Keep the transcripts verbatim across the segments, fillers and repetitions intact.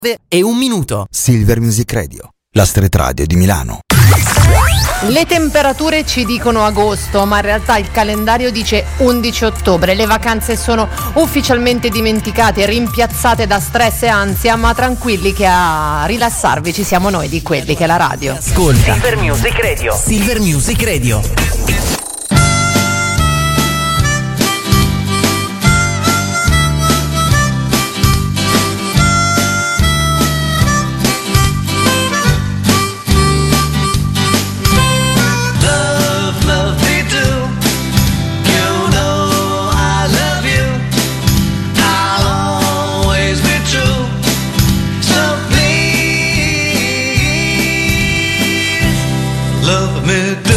e un minuto. Silver Music Radio, la street radio di Milano. Le temperature ci dicono agosto, ma in realtà il calendario dice undici ottobre. Le vacanze sono ufficialmente dimenticate, rimpiazzate da stress e ansia, ma tranquilli che a rilassarvi ci siamo noi di quelli che è la radio. Ascolta Silver Music Radio. Silver Music Radio. Love me do.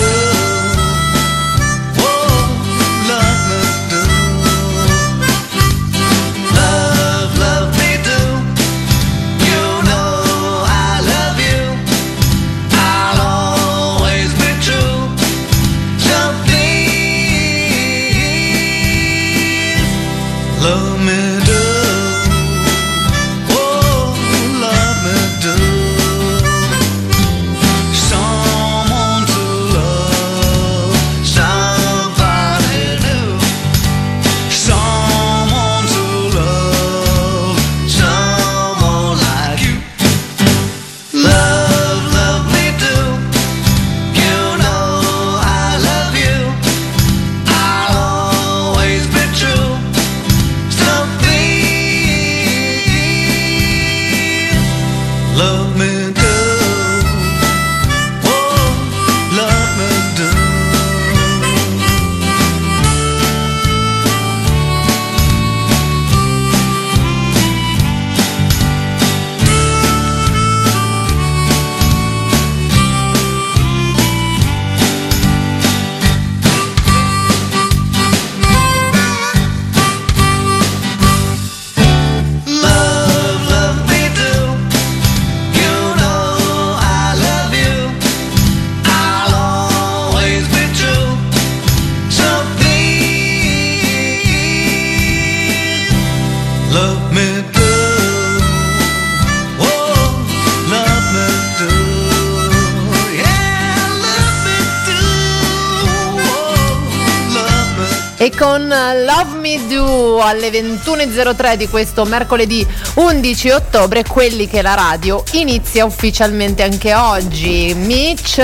E con Love Me Do alle ventuno e zero tre di questo mercoledì undici ottobre, quelli che la radio inizia ufficialmente anche oggi. Mitch,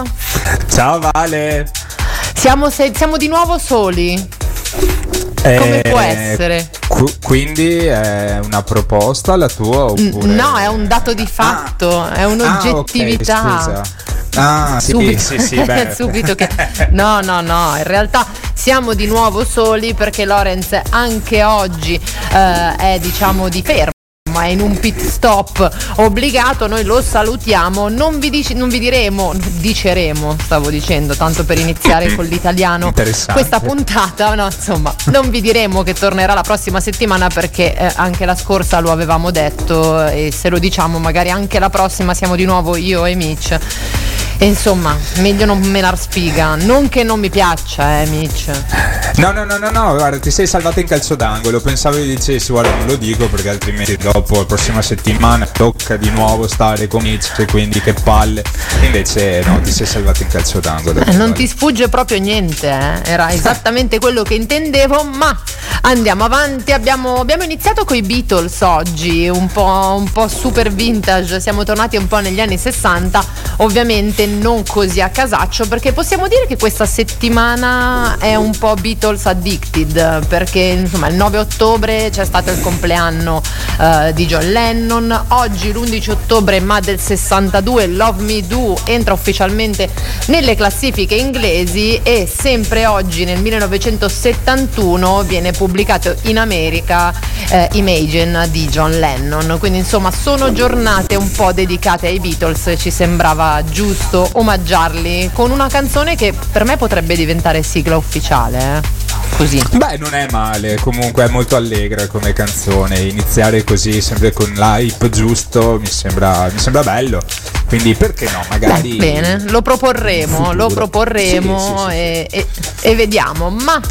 ciao Vale. Siamo, se, siamo di nuovo soli. Eh, Come può essere? Qu- quindi è una proposta la tua oppure? No, è un dato di fatto, ah, è un'oggettività. Ah, okay, scusa. Ah, sì, subito, sì, sì, beh. subito che no, no, no, in realtà siamo di nuovo soli perché Lorenz anche oggi eh, è diciamo di fermo, è in un pit stop obbligato. Noi lo salutiamo, non vi, dici, non vi diremo, diceremo, stavo dicendo, tanto per iniziare con l'italiano questa puntata, no, insomma, non vi diremo che tornerà la prossima settimana perché eh, anche la scorsa lo avevamo detto, e se lo diciamo magari anche la prossima siamo di nuovo io e Mitch. E insomma, meglio non menar sfiga. Non che non mi piaccia, eh, Mitch. No, no, no, no, no, guarda, ti sei salvato in calcio d'angolo. Pensavo che dicessi, guarda, non lo dico perché altrimenti dopo la prossima settimana tocca di nuovo stare con Mitch, quindi che palle. Invece no, ti sei salvato in calcio d'angolo. Eh, non ti sfugge proprio niente, eh? Era esattamente quello che intendevo, ma andiamo avanti. Abbiamo, abbiamo iniziato con i Beatles oggi, un po', un po' super vintage. Siamo tornati un po' negli anni sessanta, ovviamente non così a casaccio, perché possiamo dire che questa settimana è un po' Beatles addicted, perché insomma il nove ottobre c'è stato il compleanno uh, di John Lennon. Oggi l'undici ottobre, ma del sessantadue, Love Me Do entra ufficialmente nelle classifiche inglesi, e sempre oggi nel millenovecentosettantuno viene pubblicato in America eh, Imagine di John Lennon. Quindi insomma sono giornate un po' dedicate ai Beatles, ci sembrava giusto omaggiarli con una canzone che per me potrebbe diventare sigla ufficiale, eh? Così. Beh, non è male, comunque è molto allegra come canzone. Iniziare così sempre con l'hype giusto mi sembra, mi sembra bello. Quindi perché no, magari. Beh, bene, lo proporremo, lo proporremo, sì, sì, sì, sì. E, e, e vediamo. Ma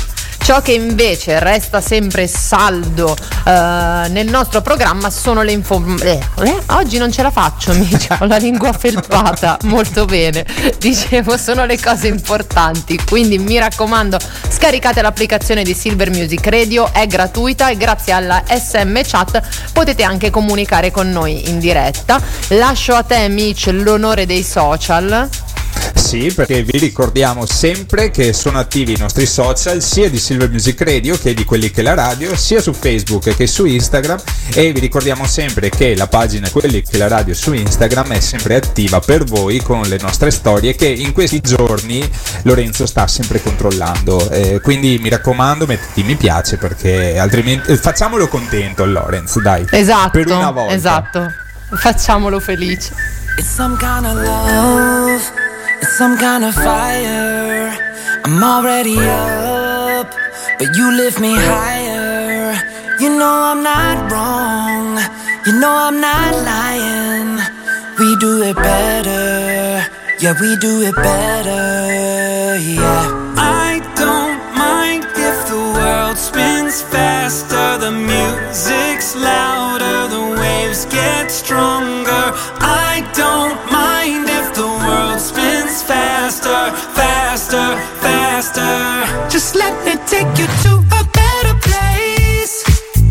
Ciò che invece resta sempre saldo eh, nel nostro programma sono le informazioni. Eh, eh, oggi non ce la faccio, mi ho la lingua felpata. Molto bene, dicevo, sono le cose importanti, quindi mi raccomando, scaricate l'applicazione di Silver Music Radio, è gratuita e grazie alla S M Chat potete anche comunicare con noi in diretta. Lascio a te, Mitch, l'onore dei social. Sì, perché vi ricordiamo sempre che sono attivi i nostri social sia di Silver Music Radio che di quelli che la radio, sia su Facebook che su Instagram, e vi ricordiamo sempre che la pagina quelli che la radio su Instagram è sempre attiva per voi con le nostre storie che in questi giorni Lorenzo sta sempre controllando, eh, quindi mi raccomando mettiti mi piace, perché altrimenti eh, facciamolo contento Lorenzo, dai, esatto, per una volta, esatto, facciamolo felice. It's some kind of love, it's some kind of fire. I'm already up, but you lift me higher. You know I'm not wrong, you know I'm not lying. We do it better, yeah, we do it better, yeah. I don't mind if the world spins faster, the music's louder, the waves get stronger. I don't mind if the world spins faster, faster, faster. Just let me take you to a better place.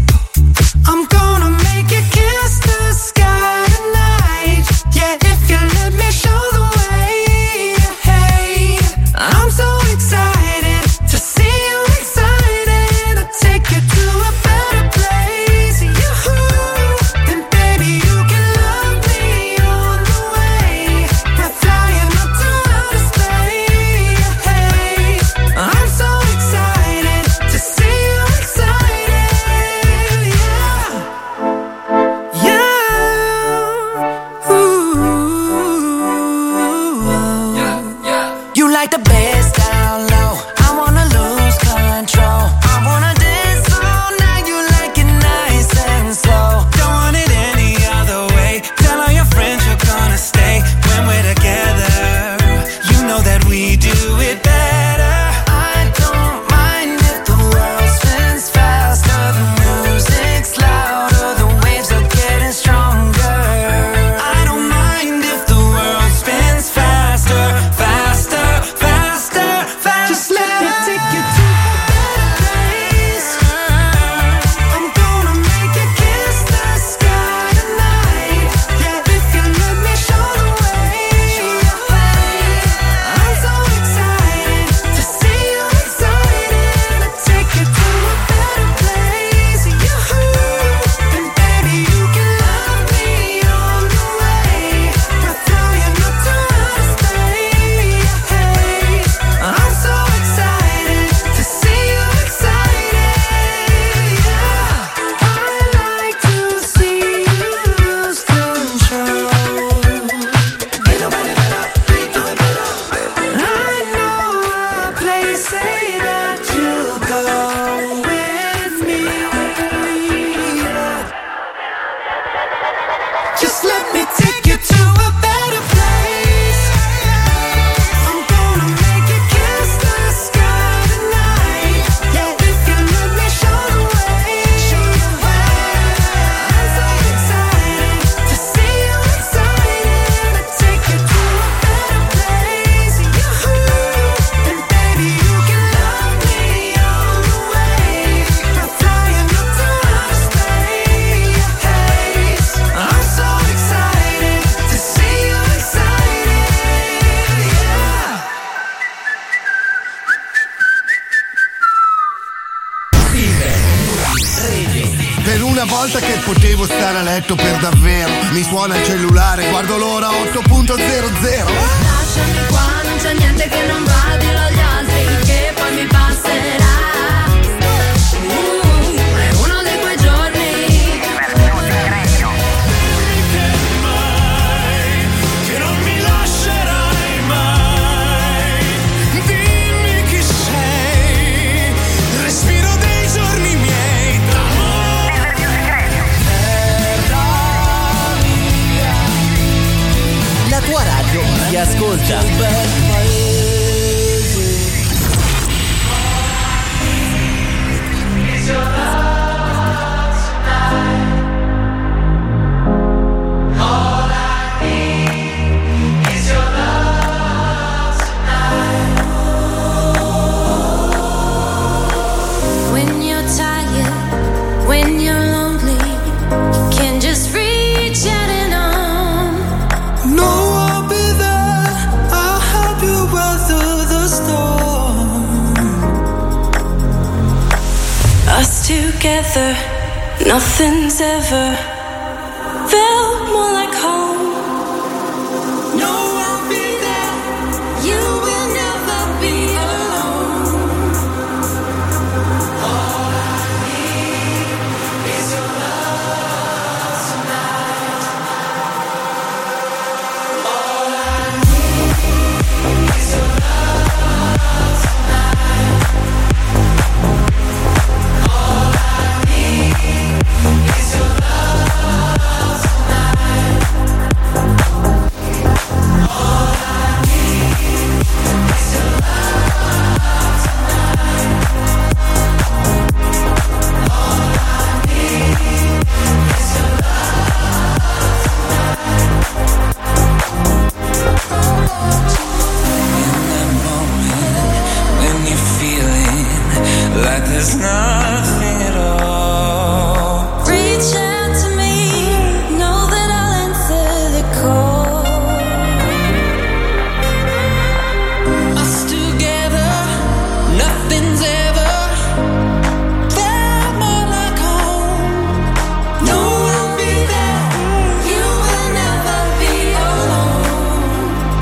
I'm gonna make you kiss the sky tonight. Yeah, if you let me show the way. Hey, I'm so excited to see you excited. I'll take you to a better place. You and baby, you can love me on the way. We're flying up to outer space. Hey, I'm so excited to see you excited. Yeah, yeah. Ooh. Yeah, yeah. You like the bass down low. I wanna lose control. I wanna dance all night. You like it nice and slow. Don't want it any other way. Tell all your friends you're gonna stay when we're together. You know that we do it better. I don't mind if the world spins faster, the music's louder, the waves are getting stronger. I don't mind if the world spins faster, faster, faster, faster. Just let me take you to a better place. I'm gonna make you kiss the sky tonight. Yeah, if you let me show the way. I'm so excited to see you excited. I'll take you to a better place. You and baby, you can love me on the way. We're flying up to outer space. Hey, I'm so excited to see you excited. Yeah, I like to see you lose control. I know a place, say that you'll go with me. Just let me take you to a better place. I'm gonna make you kiss the sky tonight. Yeah, if you let me show the way. I'm so excited to see you excited. I'll take you to a better place. You and baby, you can love me on the way. We're flying up to outer space. Hey, I'm so excited to see you excited. Yeah. Per una volta che potevo stare a letto per davvero, mi suona il cellulare, guardo l'ora otto punto zero zero. Lasciami qua, non c'è niente che non va, dillo agli altri che poi mi passerà. Uh, è uno di quei giorni. Che non mi lascerai mai. Dimmi chi sei. Respiro dei giorni miei d'amore. Terra mia. La tua radio ti ascolta. together, nothing's ever felt more like home. No, I'll be there. You will never be alone. All I need is your love tonight. All I need is your love tonight. All I need is your love tonight. All I need is your love tonight. All I need is your love tonight. In that moment when you're feeling like there's nothing at all, reach out to me, know that I'll answer the call. Us together, nothing's ever felt more like home. No, I'll be there. You will never be alone.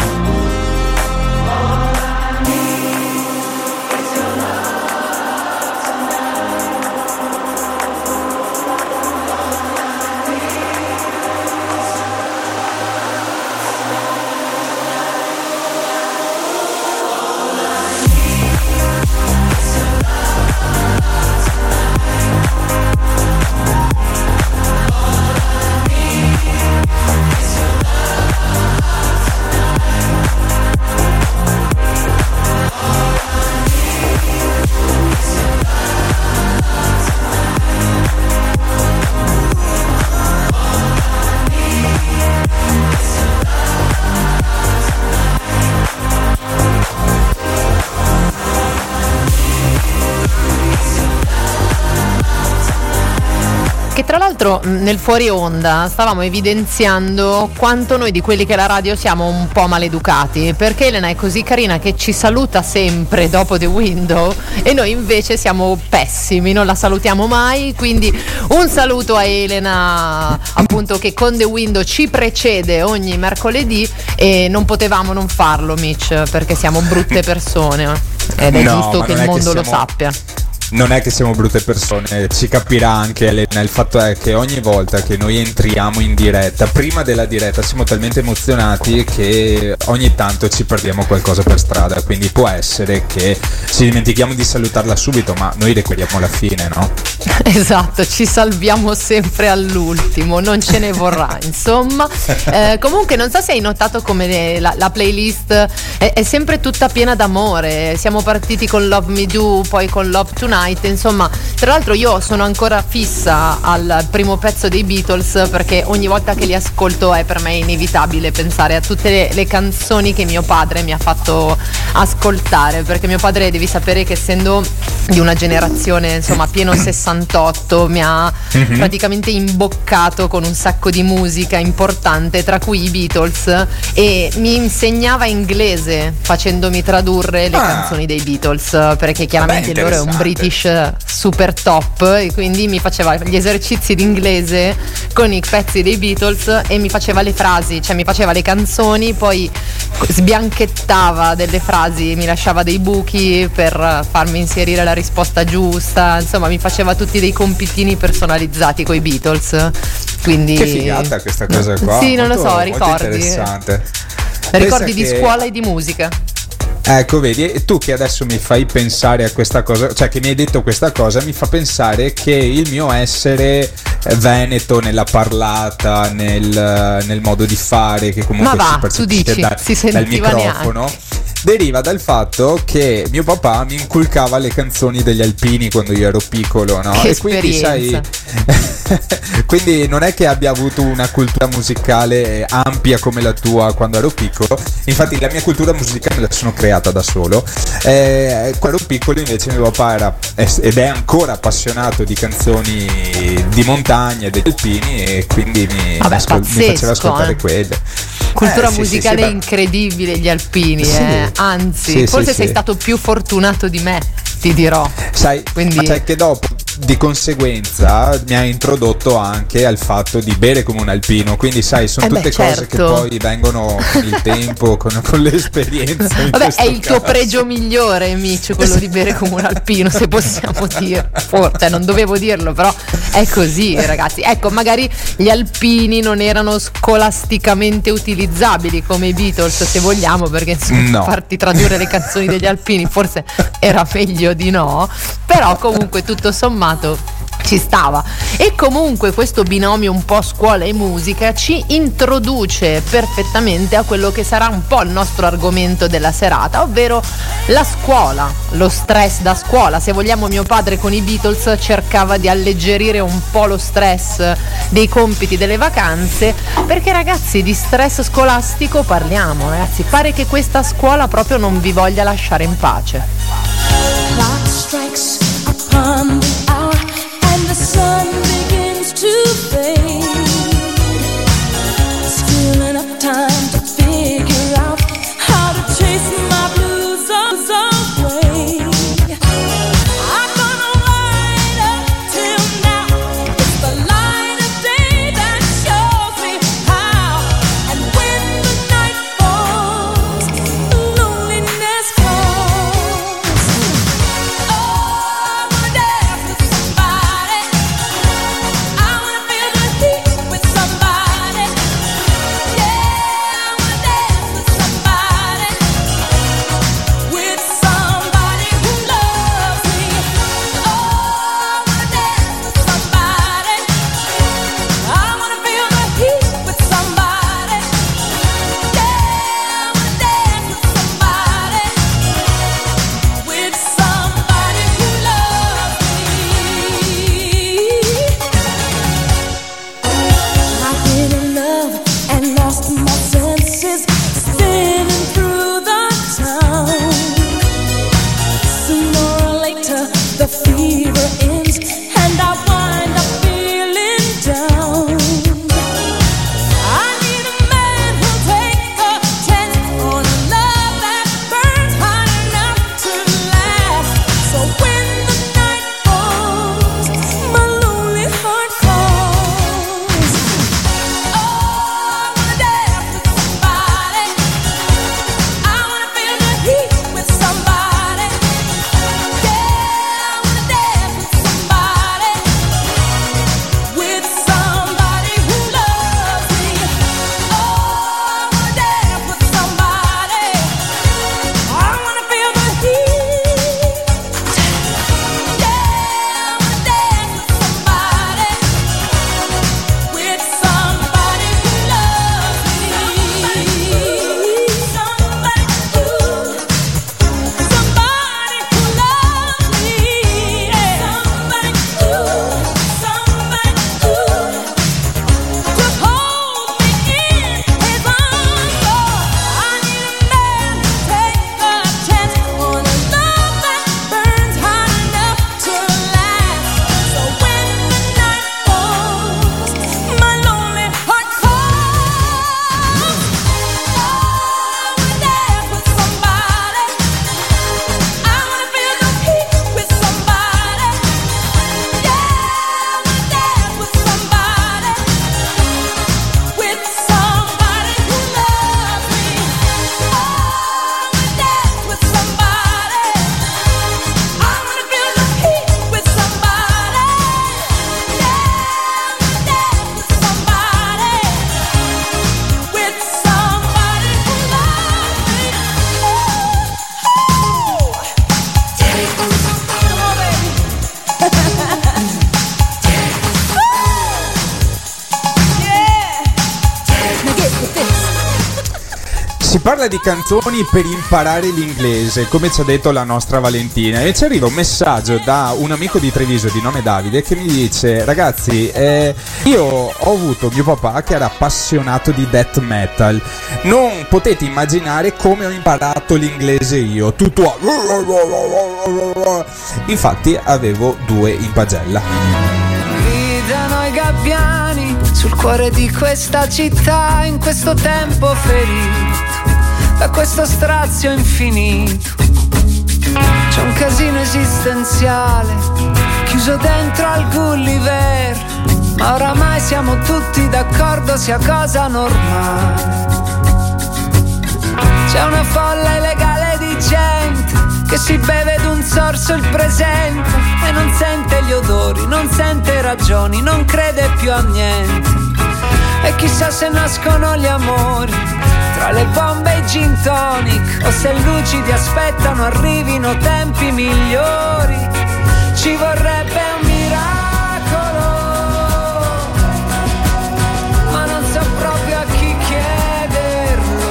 All I need is your love tonight. Che tra l'altro mh, nel fuori onda stavamo evidenziando quanto noi di quelli che la radio siamo un po' maleducati, perché Elena è così carina che ci saluta sempre dopo The Window e noi invece siamo pessimi, non la salutiamo mai, quindi un saluto a Elena appunto che con The Window ci precede ogni mercoledì e non potevamo non farlo, Mitch, perché siamo brutte persone ed è No, giusto ma che non il è che mondo lo siamo- sappia. Non è che siamo brutte persone, ci capirà anche Elena. Il fatto è che ogni volta che noi entriamo in diretta, prima della diretta siamo talmente emozionati che ogni tanto ci perdiamo qualcosa per strada, quindi può essere che ci dimentichiamo di salutarla subito, ma noi recuperiamo la fine, no? Esatto, ci salviamo sempre all'ultimo, non ce ne vorrà, insomma. Eh, comunque non so se hai notato come la, la playlist è, è sempre tutta piena d'amore. Siamo partiti con Love Me Do, poi con Love Tonight, insomma. Tra l'altro io sono ancora fissa al primo pezzo dei Beatles perché ogni volta che li ascolto è per me inevitabile pensare a tutte le, le canzoni che mio padre mi ha fatto ascoltare, perché mio padre, devi sapere che essendo di una generazione insomma pieno sessantotto, mi ha Mhm. praticamente imboccato con un sacco di musica importante, tra cui i Beatles, e mi insegnava inglese facendomi tradurre le Ah. canzoni dei Beatles, perché chiaramente Vabbè, loro è un interessante. British super top e quindi mi faceva gli esercizi di inglese con i pezzi dei Beatles e mi faceva le frasi, cioè mi faceva le canzoni, poi sbianchettava delle frasi, mi lasciava dei buchi per farmi inserire la risposta giusta, insomma mi faceva tutti dei compitini personalizzati coi Beatles, quindi Che figata questa cosa qua. Sì, non lo molto- so, molto ricordi interessante. ricordi Pensa di che- scuola e di musica. Ecco, vedi, e tu che adesso mi fai pensare a questa cosa, cioè che mi hai detto questa cosa, mi fa pensare che il mio essere veneto nella parlata, nel, nel modo di fare, che comunque Ma va, si tu percepisce dici, da- si dal sentiva microfono, deriva dal fatto che mio papà mi inculcava le canzoni degli Alpini quando io ero piccolo, no? Che e quindi sai, quindi non è che abbia avuto una cultura musicale ampia come la tua quando ero piccolo, infatti la mia cultura musicale me la sono creata da solo. Eh, quando ero piccolo invece mio papà era ed è ancora appassionato di canzoni di montagna, degli Alpini, e quindi mi, Vabbè, ascol- mi pazzesco, faceva ascoltare eh. quelle. Cultura Eh, sì, musicale sì, sì, beh. incredibile, gli Alpini, Sì. eh. Anzi, Sì, forse sì, sei sì. stato più fortunato di me, ti dirò. Sai, Quindi- ma sai che dopo, di conseguenza mi ha introdotto anche al fatto di bere come un alpino, quindi sai, sono eh tutte beh, cose certo. che poi vengono con il tempo, con, con l'esperienza. Vabbè, è il tuo pregio migliore, Mitch, quello di bere come un alpino, se possiamo dire. Forse non dovevo dirlo, però è così, ragazzi. Ecco, magari gli alpini non erano scolasticamente utilizzabili come i Beatles, se vogliamo, perché insomma, no. farti tradurre le canzoni degli alpini forse era meglio di no, però comunque tutto sommato ci stava. E comunque questo binomio un po' scuola e musica ci introduce perfettamente a quello che sarà un po' il nostro argomento della serata, ovvero la scuola, lo stress da scuola. Se vogliamo, mio padre con i Beatles cercava di alleggerire un po' lo stress dei compiti delle vacanze, perché ragazzi di stress scolastico parliamo, ragazzi, pare che questa scuola proprio non vi voglia lasciare in pace. Clock strikes upon the hour and the sun begins to fade. Still enough time to figure out how to chase my blues away. I'm gonna ride up till now. It's the light of day that shows me how. And when the night falls, loneliness calls. Oh, I wanna dance with somebody. I wanna feel the heat with somebody. Yeah, I wanna dance with somebody. With somebody who loves me. Oh, I wanna dance with somebody. I wanna feel the heat with somebody. Yeah, I wanna dance with somebody. With somebody who loves me. I've been in love and lost my senses, spinning through the town. Sooner or later, the fever ends, and I wind up feeling down. I need a man who'll take a chance on a love that burns hot enough to last. So when the night falls, my lonely heart calls. Oh, I wanna dance with somebody. I wanna feel the heat with somebody. Yeah, I wanna dance with somebody. With somebody who loves me. Oh, I wanna dance with somebody. I wanna feel the heat. Yeah, I wanna dance with somebody. With somebody who loves me. Somebody who, somebody who loves me. Yeah. Somebody who, somebody who, to hold me in his arms. Oh, I need a man to take a chance on a love that burns hot enough to last. So when the night falls, my lonely heart calls. Oh, I wanna dance with somebody. I wanna feel the heat with somebody. Yeah, I wanna dance with somebody. With somebody who loves me. Oh, I wanna dance with somebody. I wanna feel the heat with somebody. Yeah, I wanna dance with somebody. With somebody who loves me. Come on, baby. Yeah. Now get with this. Si parla di canzoni per imparare l'inglese, come ci ha detto la nostra Valentina, e ci arriva un messaggio da un amico di Treviso di nome Davide che mi dice: ragazzi, eh, io ho avuto mio papà che era appassionato di death metal, non potete immaginare come ho imparato l'inglese io, tutto a... infatti avevo due in pagella. Gridano i gabbiani sul cuore di questa città, in questo tempo ferito da questo strazio infinito. C'è un casino esistenziale chiuso dentro al Gulliver, ma oramai siamo tutti d'accordo sia cosa normale. C'è una folla illegale di gente che si beve d'un sorso il presente e non sente gli odori, non sente ragioni, non crede più a niente. E chissà se nascono gli amori tra le bombe e i gin tonic, o se lucidi aspettano arrivino tempi migliori. Ci vorrebbe un miracolo, ma non so proprio a chi chiederlo.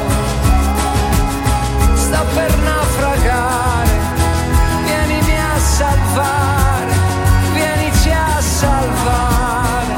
Sto per naufragare, vienimi a salvare, vienici a salvare.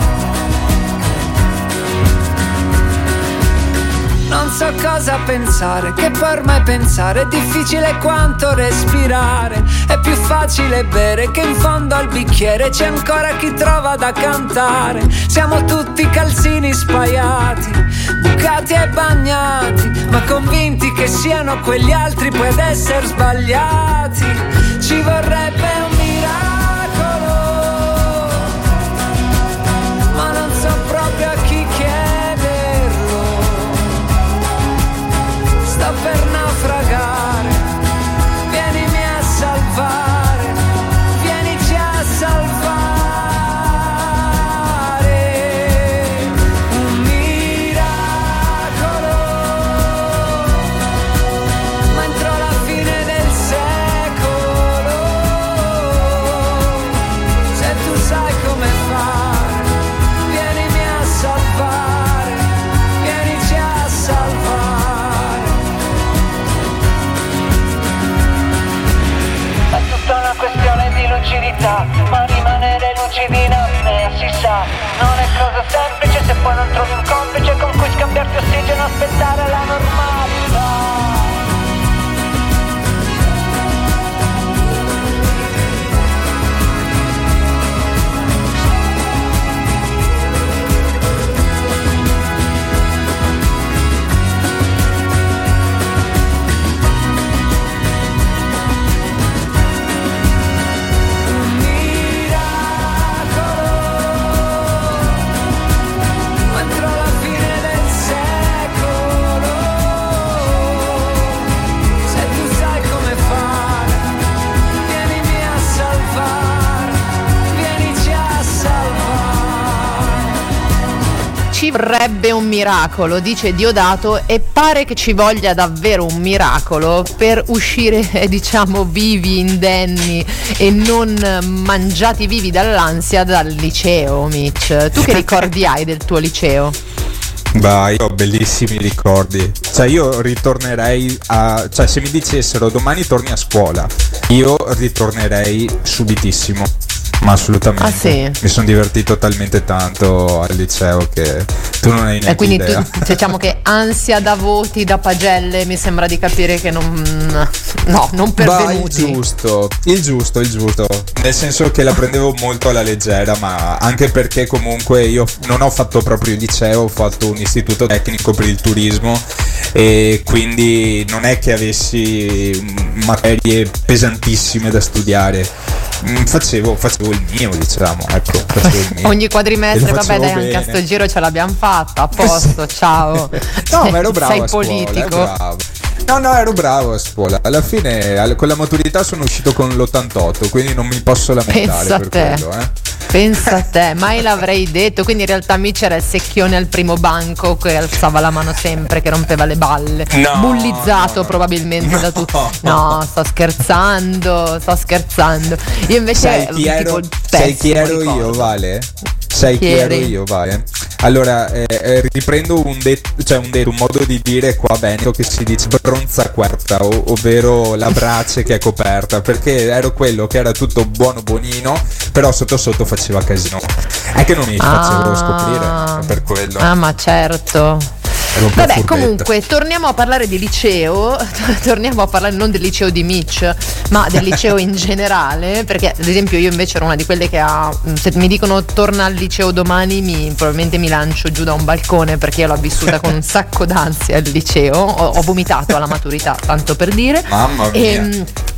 Non so cosa pensare, che poi ormai pensare è difficile quanto respirare. È più facile bere che in fondo al bicchiere c'è ancora chi trova da cantare. Siamo tutti calzini spaiati, bucati e bagnati, ma convinti che siano quegli altri poi ad essere sbagliati. Ci vorrebbe un miracolo, ma non so proprio a chi chiederlo. Sto per naufragare, vienimi a salvare, vienici a salvare. Un miracolo, ma entro la fine del secolo. Se tu sai come fare, vienimi a salvare, vienici a salvare. È tutta una questione di lucidità, ma rimanere lucidi non ne si sa. Non è cosa semplice se poi non trovi un complice con cui scambiarti ossigeno, aspettare la normalità. Entro la fine del secolo, se tu sai come fare, vienimi a salvare, vienici a salvare. Ci vorrebbe un miracolo, dice Diodato, e pare che ci voglia davvero un miracolo per uscire, eh, diciamo, vivi, indenni e non mangiati vivi dall'ansia dal liceo, Mitch. Tu che ricordi hai del tuo liceo? Bah, io ho bellissimi ricordi. Cioè io ritornerei a... Cioè se mi dicessero domani torni a scuola, io ritornerei subitissimo. Ma assolutamente. Ah, sì? Mi sono divertito talmente tanto al liceo che tu non hai neanche E quindi idea. tu, diciamo che ansia da voti, da pagelle, mi sembra di capire che non... No, non pervenuti. Bah, il giusto, il giusto, il giusto. Nel senso che la prendevo molto alla leggera, ma anche perché comunque io non ho fatto proprio il liceo, ho fatto un istituto tecnico per il turismo e quindi non è che avessi materie pesantissime da studiare. Facevo, facevo il mio, diciamo, ecco, facevo il mio. Ogni quadrimestre, E lo vabbè, dai, facevo anche a bene. sto giro ce l'abbiamo fatta, a posto, ciao. No, ma ero bravo Sei a scuola, politico. ero bravo. No, no, ero bravo a scuola. Alla fine, al- con la maturità sono uscito con l'ottantotto, quindi non mi posso lamentare Pensa a per te. quello, eh. Pensa a te, mai l'avrei detto. Quindi in realtà Mitch era il secchione al primo banco che alzava la mano sempre, che rompeva le balle. No, bullizzato no, no. probabilmente da tutti. No, sto scherzando, sto scherzando. Io invece Sai chi tipo, ero, il sai chi pessimo ero io, ricordo. Vale? Sai chi, Chi ero eri? io, Vale? Allora, eh, eh, riprendo un detto, cioè un detto, un modo di dire qua a Veneto che si dice bronzaquerta, o- ovvero la brace che è coperta, perché ero quello che era tutto buono buonino, però sotto sotto faceva casino. È che non mi facevo Ah. scoprire, è per quello. Ah, ma certo. Ero un po' Vabbè, furbetto. comunque, torniamo a parlare di liceo, torniamo a parlare non del liceo di Mitch, ma del liceo in generale, perché ad esempio io invece ero una di quelle che ha, se mi dicono torna al liceo domani, mi, probabilmente mi lancio giù da un balcone, perché io l'ho vissuta con un sacco d'ansia al liceo, ho, ho vomitato alla maturità, tanto per dire. Mamma mia. E,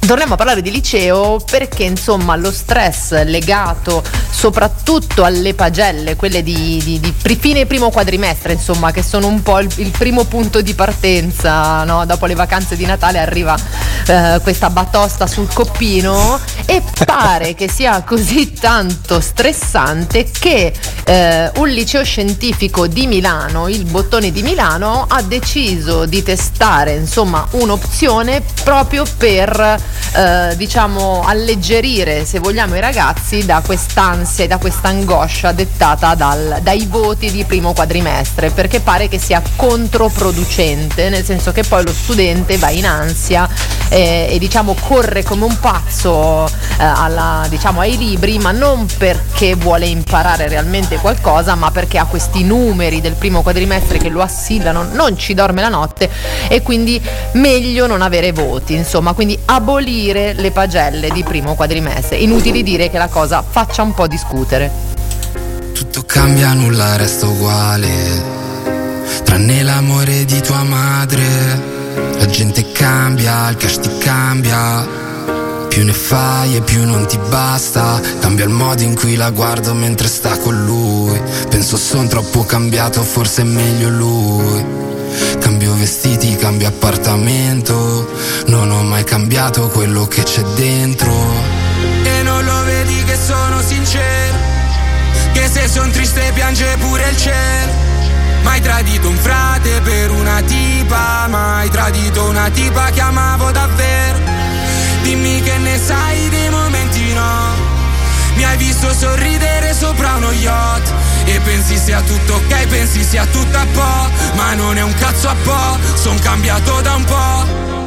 Torniamo a parlare di liceo perché insomma lo stress legato soprattutto alle pagelle, quelle di, di, di pri- fine primo quadrimestre, insomma, che sono un po' il, il primo punto di partenza, no? Dopo le vacanze di Natale arriva eh, questa batosta sul coppino e pare che sia così tanto stressante che eh, un liceo scientifico di Milano, il Bottone di Milano, ha deciso di testare insomma un'opzione proprio per Eh, diciamo alleggerire, se vogliamo, i ragazzi da quest'ansia e da questa angoscia dettata dal, dai voti di primo quadrimestre, perché pare che sia controproducente, nel senso che poi lo studente va in ansia eh, e diciamo corre come un pazzo eh, alla, diciamo, ai libri, ma non perché vuole imparare realmente qualcosa, ma perché ha questi numeri del primo quadrimestre che lo assillano, non ci dorme la notte e quindi meglio non avere voti, insomma, quindi abolire le pagelle di primo quadrimestre. Inutile dire che la cosa faccia un po' discutere. Tutto cambia, nulla resta uguale, tranne l'amore di tua madre. La gente cambia, il cash ti cambia, più ne fai e più non ti basta. Cambia il modo in cui la guardo mentre sta con lui. Penso son troppo cambiato, forse è meglio lui. Cambio vestiti, cambio appartamento, non ho mai cambiato quello che c'è dentro. E non lo vedi che sono sincero, che se son triste piange pure il cielo. Mai tradito un frate per una tipa, mai tradito una tipa che amavo davvero. Dimmi che ne sai dei momenti no, mi hai visto sorridere sopra uno yacht e pensi sia tutto ok, pensi sia tutto a po', ma non è un cazzo a po', son cambiato da un po'.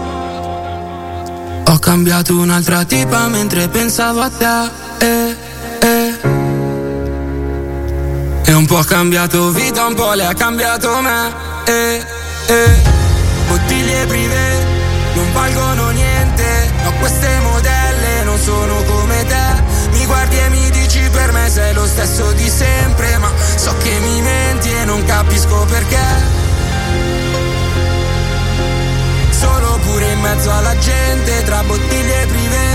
Ho cambiato un'altra tipa mentre pensavo a te, eh, eh. E un po' ha cambiato vita, un po' le ha cambiato me, eh, eh. Bottiglie privé non valgono niente, no, queste modelle non sono come te. Mi guardi e mi dici per me sei lo stesso di sempre, ma so che mi menti e non capisco perché. Solo pure in mezzo alla gente, tra bottiglie privé,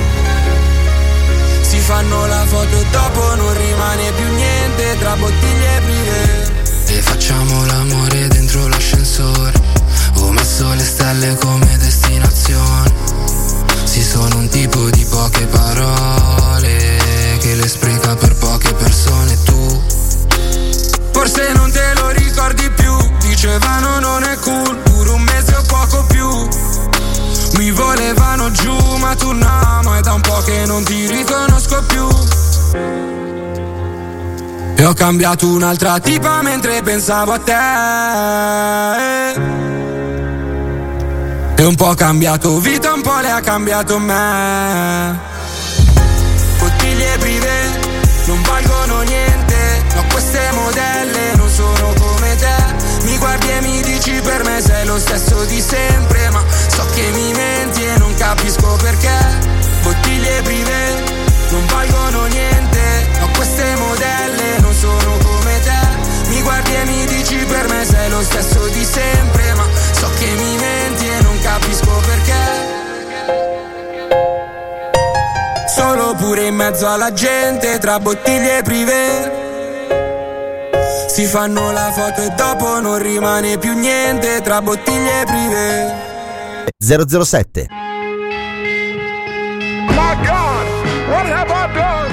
si fanno la foto e dopo non rimane più niente, tra bottiglie privé. E facciamo l'amore dentro l'ascensore, ho messo le stelle come destinazione. Sì, sono un tipo di poche parole, che le spreca per poche persone. Tu forse non te lo ricordi più, dicevano non è cool, pure un mese o poco più. Mi volevano giù ma tu no, ma è da un po' che non ti riconosco più. E ho cambiato un'altra tipa mentre pensavo a te. E un po' ha cambiato vita, un po' le ha cambiato me. Bottiglie privé non valgono niente, no, queste modelle non sono come te. Mi guardi e mi dici per me sei lo stesso di sempre, ma so che mi menti e non capisco perché. Bottiglie privé non valgono niente, no, queste modelle non sono come te. Mi guardi e mi dici per me sei lo stesso di sempre, ma so che mi menti e non capisco perché. Solo pure in mezzo alla gente, tra bottiglie privé, si fanno la foto e dopo non rimane più niente, tra bottiglie privé. zero zero sette. My God, what have I done?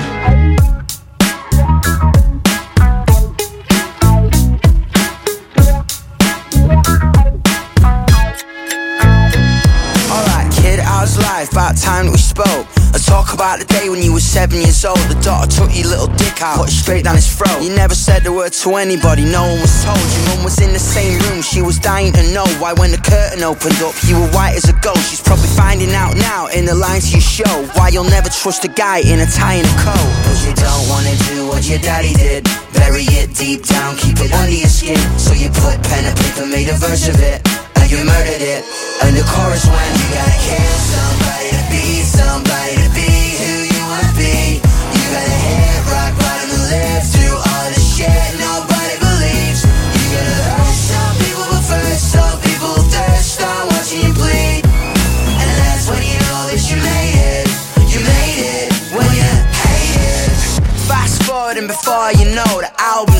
Alright, kid, how's life? About time that we spoke. Let's talk about the day when you were seven years old. The daughter took your little dick out, put it straight down his throat. You never said a word to anybody, no one was told. Your mum was in the same room, she was dying to know why when the curtain opened up, you were white as a ghost. She's probably finding out now in the lines to your show why you'll never trust a guy in a tie and a coat. Cause you don't wanna do what your daddy did, bury it deep down, keep it under your skin. So you put pen and paper, made a verse of it, and you murdered it. And the chorus went, you gotta kill somebody to be somebody to be who you wanna be. You gotta hit rock bottom and live through all the shit nobody believes. You gotta hurt some people but first some people thirst on watching you bleed. And that's when you know that you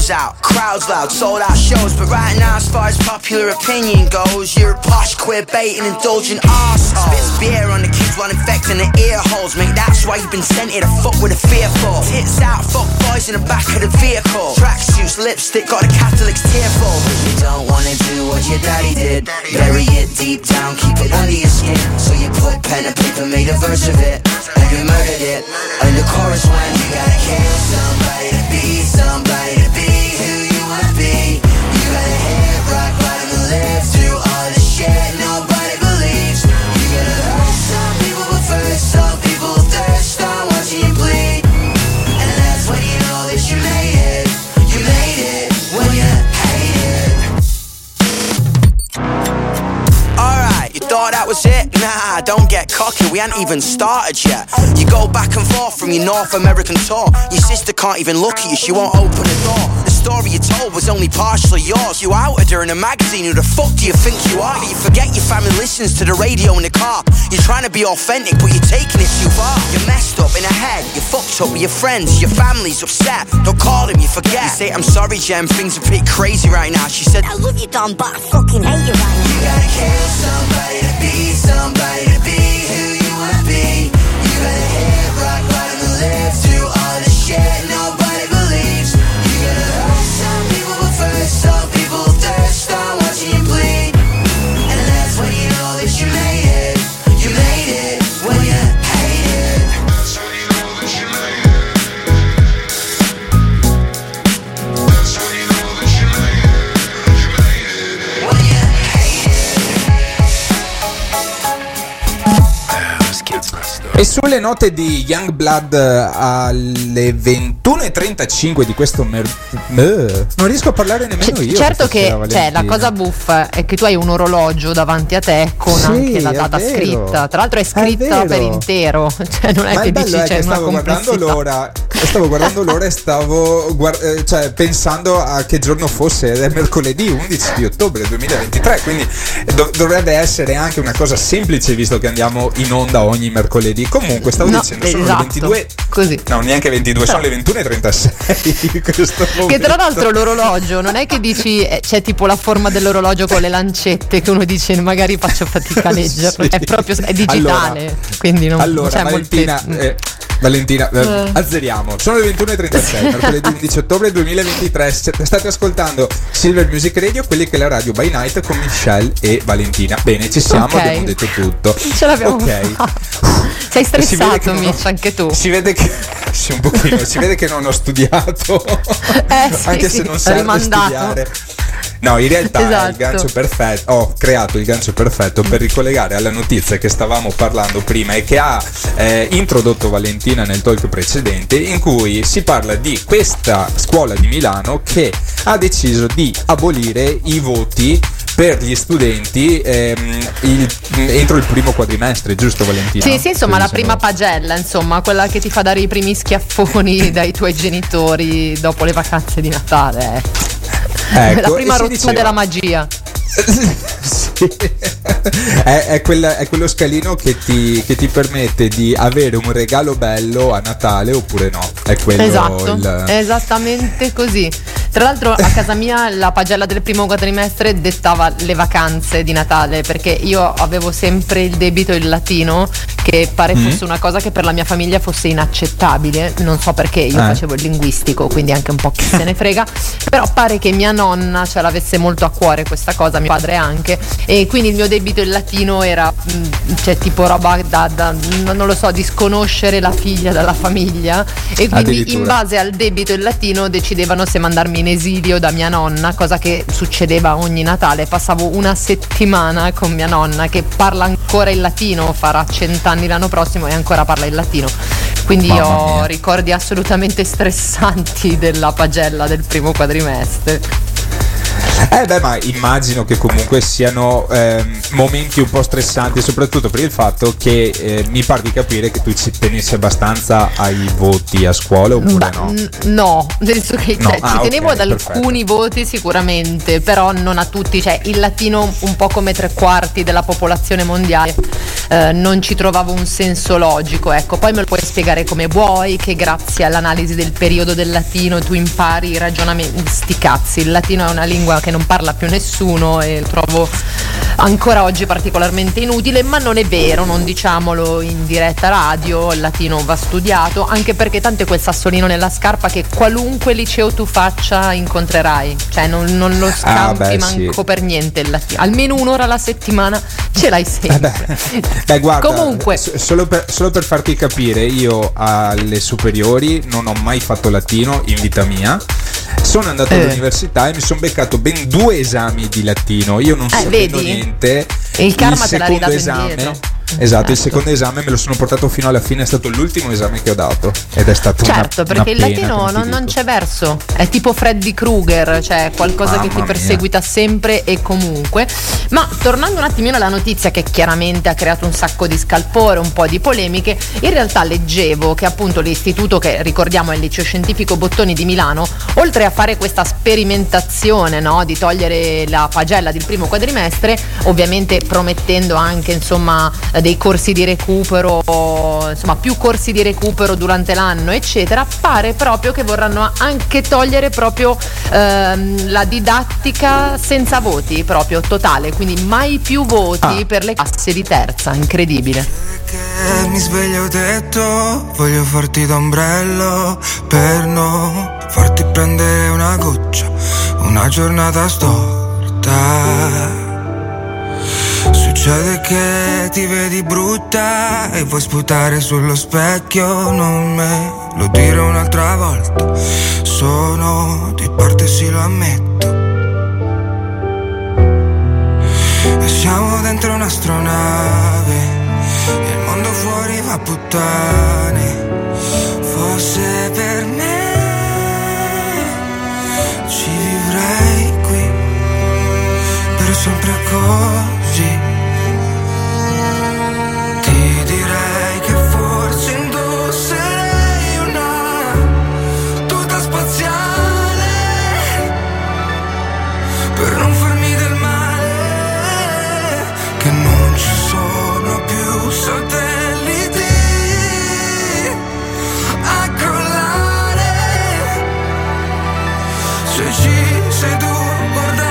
was out, crowds loud, sold out shows. But right now, as far as popular opinion goes, you're a posh, queer baiting, indulgent arsehole. Spits beer on the kids while infecting the ear holes. Mate, that's why you've been sent here to fuck with a fearful. Tits out, fuck boys in the back of the vehicle. Tracksuits, lipstick, got the Catholics tearful. You don't wanna do what your daddy did. Bury it deep down, keep it under your skin. So you put pen and paper, made a verse of it, and you murdered it. And the chorus went, you gotta kill somebody to be somebody to be who you wanna be. You gotta hit rock bottom and live through all the shit nobody believes. You gotta hurt some people, but first some people thirst on watching you bleed. And that's when you know that you made it. You made it when you hate it. Alright, you thought that was it? Nah, don't get cocky, we ain't even started yet. You go back and forth from your North American tour. Your sister can't even look at you, she won't open the door. The story you told was only partially yours. You outed her in a magazine, who the fuck do you think you are? But you forget your family listens to the radio in the car. You're trying to be authentic, but you're taking it too far. You're messed up in the head, you're fucked up with your friends. Your family's upset, don't call them, you forget. You say, I'm sorry Jem, things are a bit crazy right now. She said, I love you Don, but I fucking hate you right now. You gotta kill somebody to be somebody to be who you wanna be. You gotta hit rock bottom and live through all the shit nobody believes. You gotta hurt some people, but first some people thirst on watching you bleed. And that's when you know that you made it. You made it when you hate it. That's when you know that you made it. That's when you know that you made it. You made it. When you hate it. E sulle note di Youngblood alle ventuno e trentacinque di questo mer- mer- non riesco a parlare nemmeno io. Certo che stasera, cioè, la cosa buffa è che tu hai un orologio davanti a te con Sì, anche la è data vero. scritta. Tra l'altro è È scritta vero. per intero, cioè non è Ma che il bello dici è c'è che una stavo guardando complessità. l'ora, stavo guardando l'ora e stavo guard- eh, cioè, pensando a che giorno fosse, ed è mercoledì undici di ottobre duemilaventitré, quindi dov- dovrebbe essere anche una cosa semplice visto che andiamo in onda ogni mercoledì. Comunque stavo No, dicendo, sono esatto, le ventidue, così. no neanche ventidue, sono le ventuno e trentasei in questo Che momento. tra l'altro l'orologio non è che dici eh, c'è tipo la forma dell'orologio con le lancette che uno dice magari faccio fatica a leggere, Sì. è proprio è digitale, Allora, quindi non allora c'è Valentina, molto. eh, Valentina eh, Eh. azzeriamo, sono le ventuno e trentasei, mercoledì undici ottobre duemilaventitré. State ascoltando Silver Music Radio, quelli che è la radio by night, con Michelle e Valentina. Bene, ci siamo, Ok. abbiamo detto tutto. Ce l'abbiamo Ok. fatta. Sei Si vede che stressato, non ho- Mitch, anche tu. Si vede che sì, un pochino, si vede che non ho studiato. Eh, sì, Anche sì, se non serve rimandato. studiare. No, in realtà è il Esatto. gancio perfetto. Ho creato il gancio perfetto per ricollegare alla notizia che stavamo parlando prima e che ha eh, introdotto Valentina nel talk precedente, in cui si parla di questa scuola di Milano che ha deciso di abolire i voti per gli studenti ehm, il- entro il primo quadrimestre, giusto Valentina? Sì, sì, insomma, la Sì, prima insomma. pagella, insomma, quella che ti fa dare i primi schiaffoni dai tuoi genitori dopo le vacanze di Natale. eh. Ecco, la prima e si rottura diceva- della magia. Sì. è, è, quella- è quello scalino che ti, che ti permette di avere un regalo bello a Natale oppure no. È quello Esatto, il- è esattamente così. Tra l'altro a casa mia la pagella del primo quadrimestre dettava le vacanze di Natale, perché io avevo sempre il debito in latino, che pare Mm. fosse una cosa che per la mia famiglia fosse inaccettabile. Non so perché, io Eh. facevo il linguistico, quindi anche un po' chi se ne frega, però pare che mia nonna ce l'avesse molto a cuore questa cosa, mio padre anche, e quindi il mio debito in latino era mh, cioè tipo roba da, da non lo so, disconoscere la figlia dalla famiglia, e quindi Addirittura. in base al debito in latino decidevano se mandarmi in esilio da mia nonna, cosa che succedeva ogni Natale. Passavo una settimana con mia nonna che parla ancora il latino, farà cent'anni l'anno prossimo e ancora parla il latino, quindi Mamma ho mia. ricordi assolutamente stressanti della pagella del primo quadrimestre. Eh beh, ma immagino che comunque siano ehm, momenti un po' stressanti, soprattutto per il fatto che eh, mi pare di capire che tu ci tenessi abbastanza ai voti a scuola, oppure Beh, no? n- no, nel senso che No, cioè, ah, ci ok, tenevo ad alcuni perfetto. voti sicuramente, però non a tutti, cioè il latino un po' come tre quarti della popolazione mondiale, eh, non ci trovavo un senso logico, ecco. Poi me lo puoi spiegare come vuoi, che grazie all'analisi del periodo del latino tu impari i ragionamenti, sti cazzi, il latino è una lingua che non parla più nessuno e lo trovo ancora oggi particolarmente inutile, ma non è vero, non diciamolo in diretta radio, il latino va studiato, anche perché tanto è quel sassolino nella scarpa che qualunque liceo tu faccia incontrerai, cioè non, non lo scampi Ah, beh, manco sì. per niente il latino, almeno un'ora alla settimana ce l'hai sempre. Beh, guarda, Comunque. s- solo, per, solo per farti capire, io alle superiori non ho mai fatto latino in vita mia. Sono andato Eh. all'università e mi sono beccato ben due esami di latino. Io non Eh, sapendo vedi? niente. E il karma te l'ha secondo ridato esame, indietro. Esatto, il Certo. secondo esame me lo sono portato fino alla fine, è stato l'ultimo esame che ho dato ed è stato Certo, una, perché il una pena, latino come ti non, non dico. c'è verso, è tipo Freddy Krueger, cioè qualcosa che Mamma ti mia. perseguita sempre e comunque. Ma tornando un attimino alla notizia che chiaramente ha creato un sacco di scalpore, un po' di polemiche, in realtà leggevo che appunto l'istituto, che ricordiamo è il Liceo Scientifico Bottoni di Milano, oltre a fare questa sperimentazione, no, di togliere la pagella del primo quadrimestre, ovviamente promettendo anche insomma dei corsi di recupero, insomma più corsi di recupero durante l'anno eccetera, pare proprio che vorranno anche togliere proprio ehm, la didattica senza voti, proprio totale, quindi mai più voti Ah. per le classi di terza, incredibile. Che mi sveglio detto, voglio farti d'ombrello per non farti prendere una goccia, una giornata storta. Succede che ti vedi brutta e vuoi sputare sullo specchio, non me lo dire un'altra volta, sono di parte sì lo ammetto. E siamo dentro un'astronave e il mondo fuori va a puttane. Forse per me ci vivrei qui per sempre così. Ti direi che forse indosserei una tuta spaziale per non farmi del male, che non ci sono più satelliti a crollare, se ci sei tu a guardare.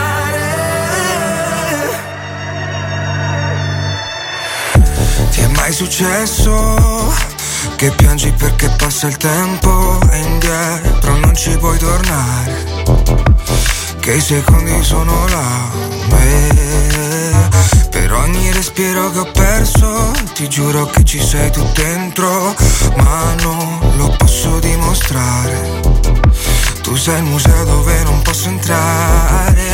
Ti è mai successo che piangi perché passa il tempo e indietro non ci puoi tornare, che i secondi sono là e per ogni respiro che ho perso ti giuro che ci sei tu dentro, ma non lo posso dimostrare. Tu sei il museo dove non posso entrare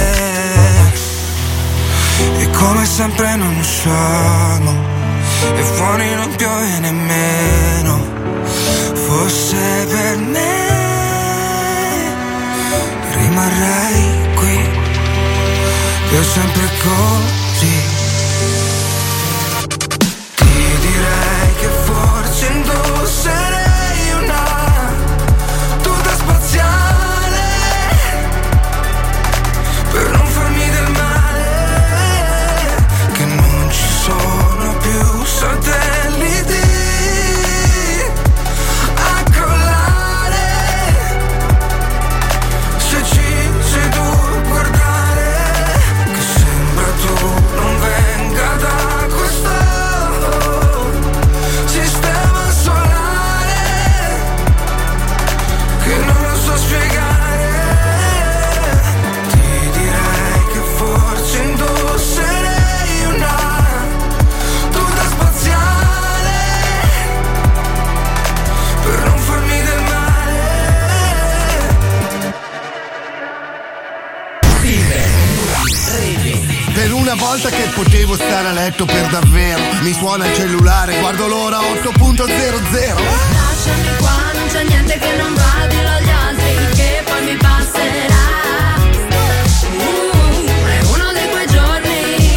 e come sempre non usciamo e fuori non piove nemmeno. Forse per me rimarrei qui per sempre così. Ti direi che forse indosserei una tuta spaziale per non farmi del male, che non ci sono più satelliti a crollare, se ci sei tu a guardare, che sembra tu non venga da questo sistema solare, che non lo so spiegare. Ti direi che forse indosserei una tuta spaziale per non farmi del male. Per una volta che potevo stare a letto per davvero, mi suona il cellulare, guardo l'ora otto punto zero zero. Lasciami qua, non c'è niente che non va, dillo agli altri che poi mi passerà. È uno di quei giorni.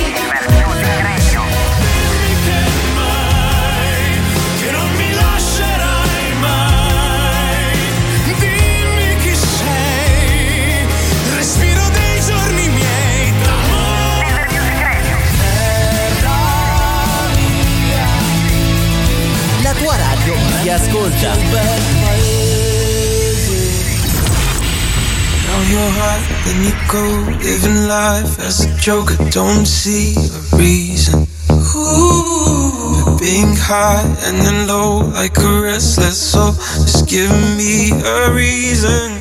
Che non mi lascerai mai. Dimmi chi sei. Respiro dei giorni miei d'amore. Terra mia. La tua radio ti ascolta. Now you're hot, then you go, living life as a joker, don't see a reason. Ooh, being high and then low, like a restless soul, just give me a reason.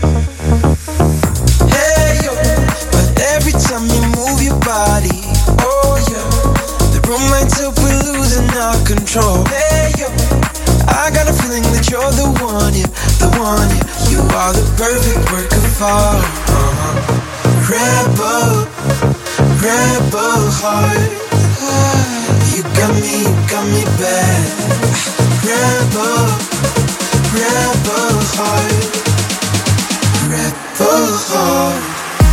Hey yo, but every time you move your body, oh yeah, the room lights up, we're losing our control. Hey yo, I got a feeling that you're the one, yeah, the one, yeah. You are the perfect work of art. Uh-huh. Rebel, rebel heart. You got me, you got me bad. Rebel, rebel heart. Rebel heart.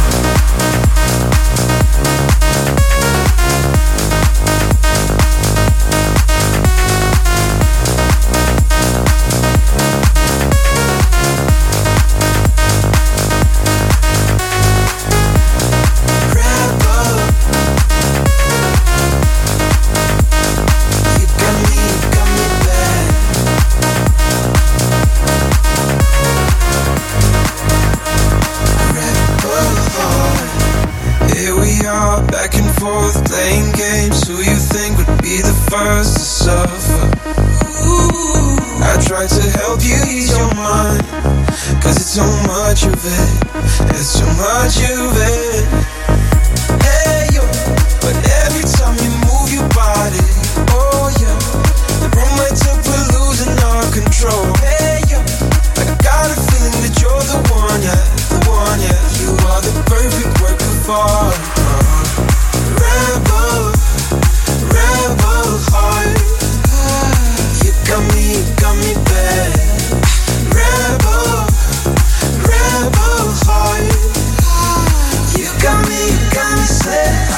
Playing games, who you think would be the first to suffer? Ooh, I tried to help you ease your mind, cause it's so much of it, it's so much of it. Hey yo, but every time you move your body, oh yeah, the room lights up, we're losing our control. Hey yo, I got a feeling that you're the one, yeah, the one, yeah. You are the perfect work of art. Uh-huh. Rebel, rebel heart. You got me, you got me bad. Rebel, rebel heart. You got me, you got me sad.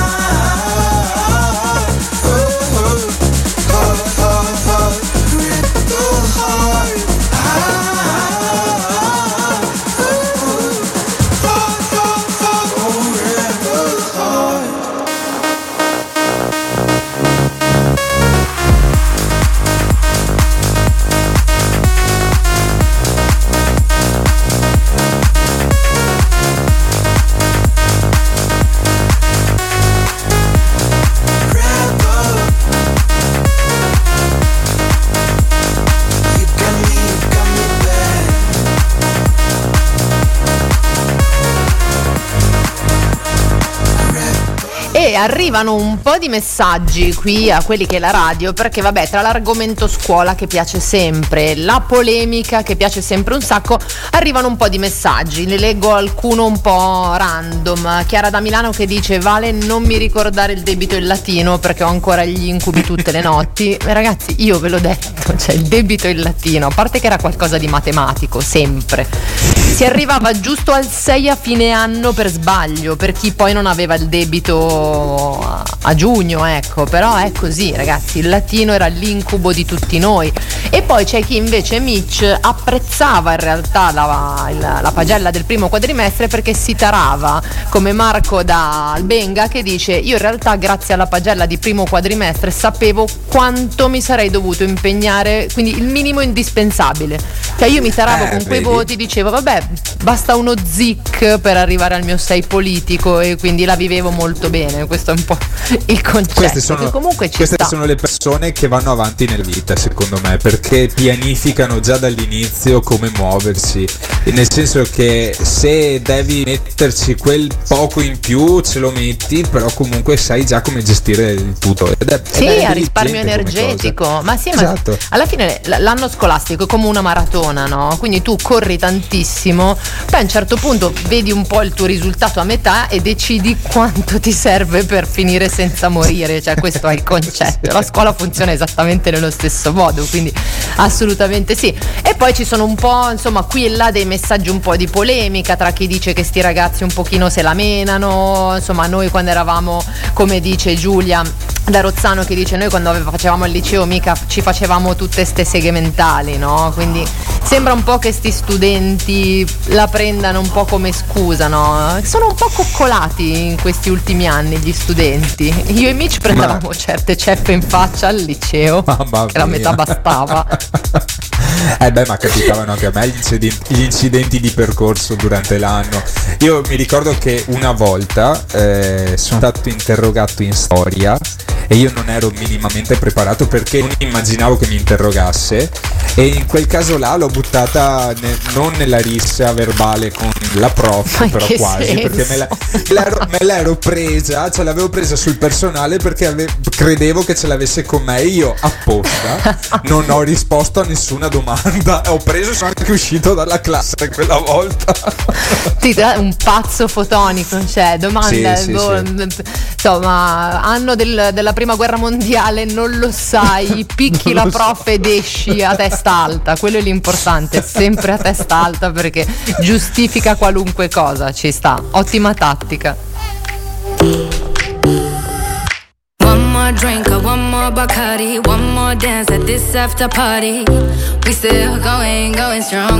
Oh, oh, oh, oh, oh. Rebel heart. E arrivano un po' di messaggi qui a quelli che è la radio, perché vabbè, tra l'argomento scuola che piace sempre, la polemica che piace sempre un sacco, arrivano un po' di messaggi. Ne leggo alcuno un po' random. Chiara da Milano che dice: Vale, non mi ricordare il debito in latino perché ho ancora gli incubi tutte le notti. E ragazzi, io ve l'ho detto, cioè il debito in latino, a parte che era qualcosa di matematico, sempre. Si arrivava giusto al sei a fine anno per sbaglio, per chi poi non aveva il debito a giugno, ecco. Però è così, ragazzi, il latino era l'incubo di tutti noi. E poi c'è chi invece, Mitch, apprezzava in realtà la, la, la pagella del primo quadrimestre perché si tarava, come Marco da Albenga che dice: io in realtà grazie alla pagella di primo quadrimestre sapevo quanto mi sarei dovuto impegnare, quindi il minimo indispensabile. Cioè io mi taravo eh, con quei vedi. voti, dicevo vabbè, basta uno zic per arrivare al mio sei politico, e quindi la vivevo molto bene. Questo è un po' il concetto. Queste sono, che comunque ci queste sta. sono le persone che vanno avanti nella vita, secondo me, perché pianificano già dall'inizio come muoversi, nel senso che se devi metterci quel poco in più ce lo metti, però comunque sai già come gestire il tutto. Ed è, sì, ed è a risparmio energetico. Ma sì, esatto. Ma alla fine l'anno scolastico è come una maratona, no? Quindi tu corri tantissimo, poi a un certo punto vedi un po' il tuo risultato a metà e decidi quanto ti serve per finire senza senza morire, cioè questo è il concetto. La scuola funziona esattamente nello stesso modo, quindi assolutamente sì. E poi ci sono un po', insomma, qui e là dei messaggi un po' di polemica tra chi dice che sti ragazzi un pochino se la menano, insomma noi quando eravamo, come dice Giulia da Rozzano, che dice noi quando facevamo il liceo mica ci facevamo tutte ste seghe mentali, no? Quindi sembra un po' che sti studenti la prendano un po' come scusa, no? Sono un po' coccolati in questi ultimi anni gli studenti. Io e Mitch prendevamo ma... certe ceppe in faccia al liceo, Mamma che la metà bastava. Eh beh, ma capitavano anche a me gli incidenti, gli incidenti di percorso durante l'anno. Io mi ricordo che una volta eh, sono stato interrogato in storia e io non ero minimamente preparato perché non immaginavo che mi interrogasse, e in quel caso là l'ho buttata ne, non nella rissa verbale con la prof, ma però quasi, senso? perché me, la, me, l'ero, me l'ero presa, cioè l'avevo presa sul personale perché ave, credevo che ce l'avesse con me, e io apposta non ho risposto a nessuna domanda, ho preso e sono anche uscito dalla classe quella volta. Sì, un pazzo fotonico, cioè domanda, sì, sì, boh, sì. Insomma, anno del, della prima guerra mondiale, non lo sai, picchi la prof so. Ed esci a testa alta, quello è l'importante, sempre a testa alta, perché giustifica qualunque cosa, ci sta, ottima tattica. One more drink, or one more Bacardi, one more dance at this after party. We still going, going strong.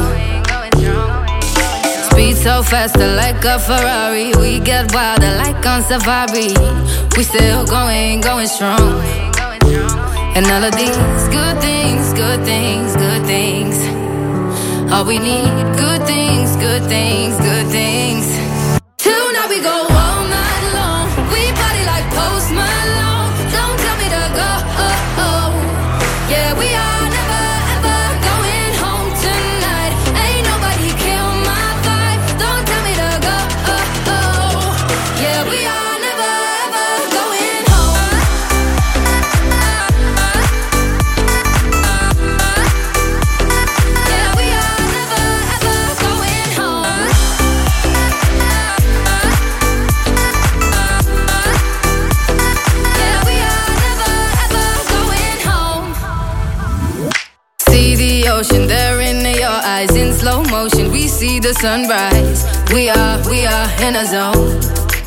Speed so faster like a Ferrari. We get wilder like on safari. We still going, going strong. And all of these good things, good things, good things. All we need, good things, good things, good things. Tonight we go all night long. We party like Post Malone. Don't tell me to go. Oh, oh. Yeah, we are never ever going home tonight. Ain't nobody kill my vibe. Don't tell me to go. Oh, oh. Yeah, we are never ever going home. Yeah, we are never ever going home. Yeah, we are never ever going home. See the ocean there in your eyes in slow motion. We see the sunrise. We are, we are in a zone.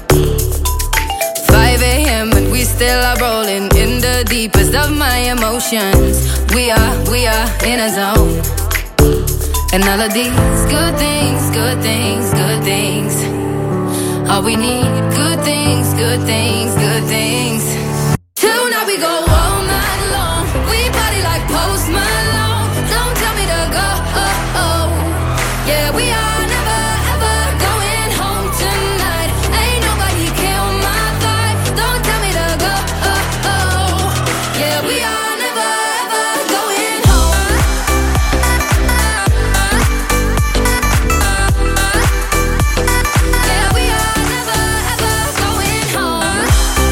five a.m. and we still are rolling in the deepest of my emotions. We are, we are in a zone. And all of these good things, good things, good things. All we need, good things, good things, good things. Tonight we go all night long. We party like Post Malone. Don't tell me to go. Oh, oh. Yeah, we are never ever going home tonight. Ain't nobody kill my vibe. Don't tell me to go. Oh, oh. Yeah, we are never ever going home. Yeah, we are never ever going home.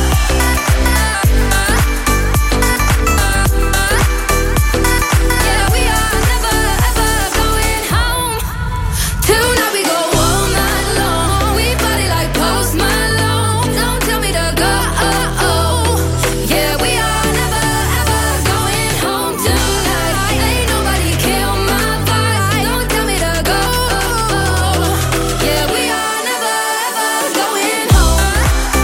Yeah, we are never ever going home. Tonight we go all night long. We party like Post Malone. Don't tell me to go. Oh, oh. Yeah, we are never ever going home tonight. Ain't nobody kill my vibe. Don't tell me to go. Oh, yeah, we are never ever going home.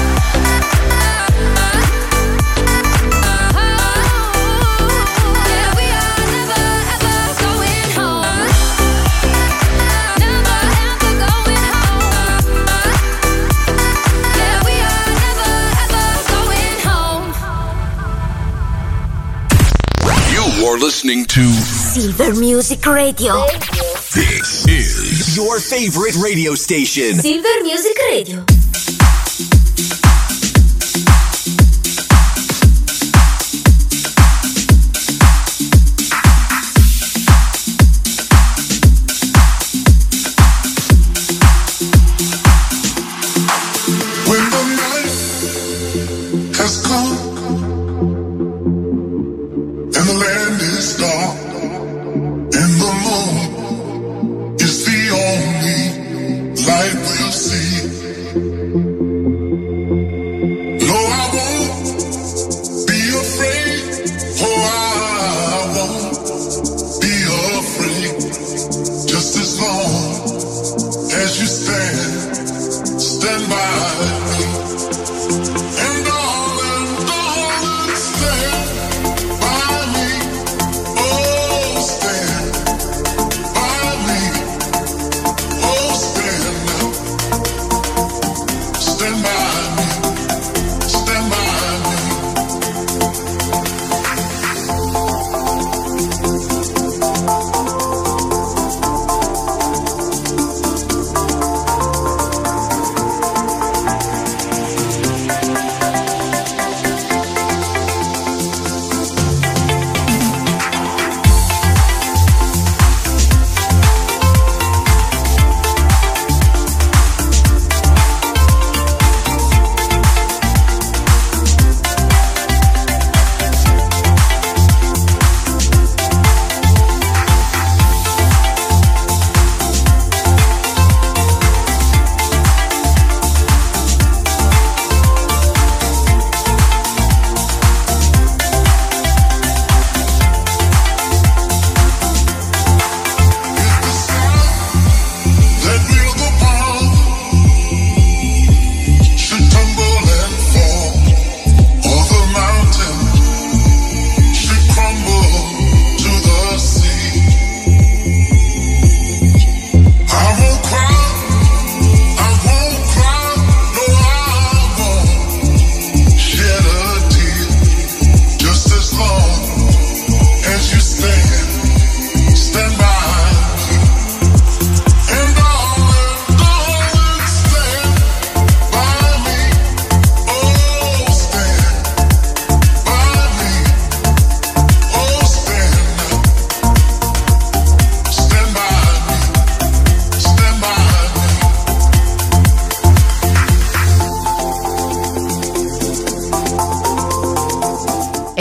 Yeah, we are never ever going home. Never ever going home. Yeah, we are never ever going home. You are listening to Silver Music Radio. This is your favorite radio station. Silver Music Radio. When the night has come and the land is dark and the moon is the only light we'll see. No, I won't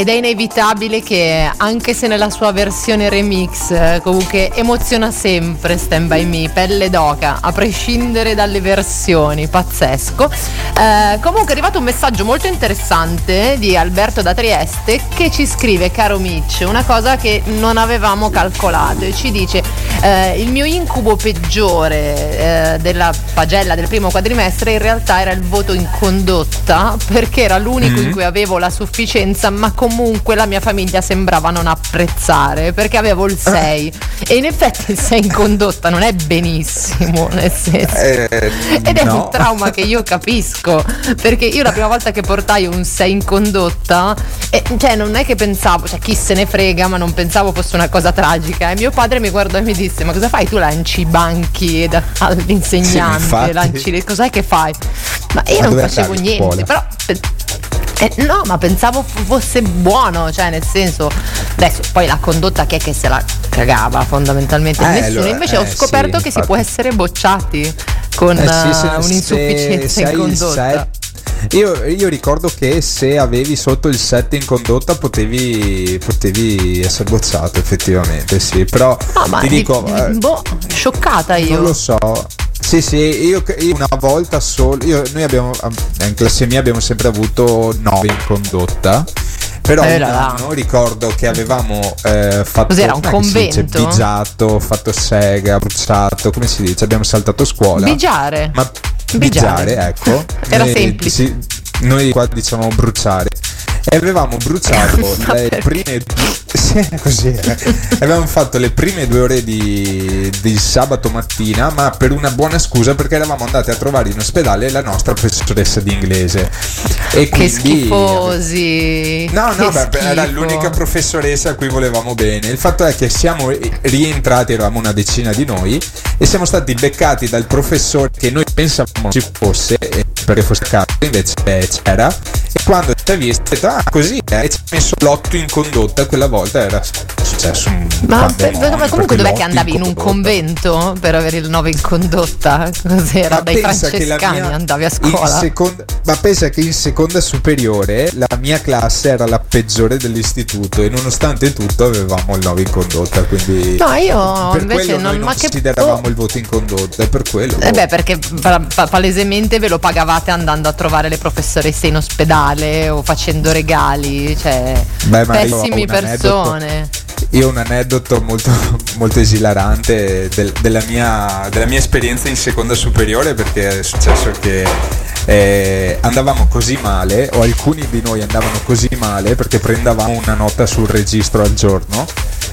ed è inevitabile che anche se nella sua versione remix eh, comunque emoziona sempre Stand By Me, pelle d'oca, a prescindere dalle versioni, pazzesco. Eh, comunque è arrivato un messaggio molto interessante di Alberto da Trieste che ci scrive: caro Mitch, una cosa che non avevamo calcolato, e ci dice eh, il mio incubo peggiore eh, della pagella del primo quadrimestre in realtà era il voto in condotta, perché era l'unico mm-hmm. in cui avevo la sufficienza, ma comunque la mia famiglia sembrava non apprezzare perché avevo il sei e in effetti il sei in condotta non è benissimo, nel senso eh, ed è no. un trauma che io capisco, perché io la prima volta che portai un sei in condotta e, cioè non è che pensavo, cioè chi se ne frega, ma non pensavo fosse una cosa tragica, e mio padre mi guardò e mi disse: ma cosa fai, tu lanci i banchi da, all'insegnante, sì, lanci le, cos'è che fai? Ma io ma non facevo niente, però eh, no, ma pensavo fosse buono, cioè nel senso, adesso poi la condotta che è che se la cagava fondamentalmente eh, nessuno, allora, invece eh, ho scoperto sì, che infatti. si può essere bocciati con eh, sì, se, uh, un'insufficienza se, in se condotta. Io, io ricordo che se avevi sotto il sette in condotta potevi, potevi essere bocciato effettivamente, sì, però no, ma ti di, dico di, eh, boh, scioccata io. Non lo so. Sì, sì, io, io una volta solo, io, noi abbiamo, in classe mia abbiamo sempre avuto nove in condotta. Però eh un là. anno ricordo che avevamo eh, fatto Cos'era, un convento? Dice, bigiato, fatto sega, bruciato, come si dice? Abbiamo saltato scuola. Bigiare. Ma Bigiare, bigiare, ecco. Era noi, semplice. Sì, noi qua diciamo bruciare. E avevamo bruciato le prime sì, è così eh. Avevamo fatto le prime due ore di, di sabato mattina, ma per una buona scusa, perché eravamo andati a trovare in ospedale la nostra professoressa di inglese e che quindi, schifosi. no no che beh, era l'unica professoressa a cui volevamo bene. Il fatto è che siamo rientrati, eravamo una decina di noi, e siamo stati beccati dal professore che noi pensavamo ci fosse, perché fosse caso, invece eh, c'era, e quando ci ha visto ha detto ah così eh, e ci ha messo l'otto in condotta. Quella volta era successo un ma, per, ma comunque dov'è che l'otto andavi, in un convento per avere il nove in condotta? Cos'era? Ma Dai pensa che la francescani mia- andavi a in scuola? seconda- ma pensa che in seconda superiore la mia classe era la peggiore dell'istituto e nonostante tutto avevamo il nove in condotta, quindi No, io per invece quello non- noi ma non che- consideravamo oh. il voto in condotta, e per quello Eh beh, perché pa- pa- palesemente ve lo pagavate andando a trovare le professoresse in ospedale o facendo regali, cioè Beh, ma io ho pessimi un persone. Io ho un aneddoto molto, molto esilarante del- della, mia, della mia esperienza in seconda superiore, perché è successo che eh, andavamo così male, o alcuni di noi andavano così male perché prendevamo una nota sul registro al giorno,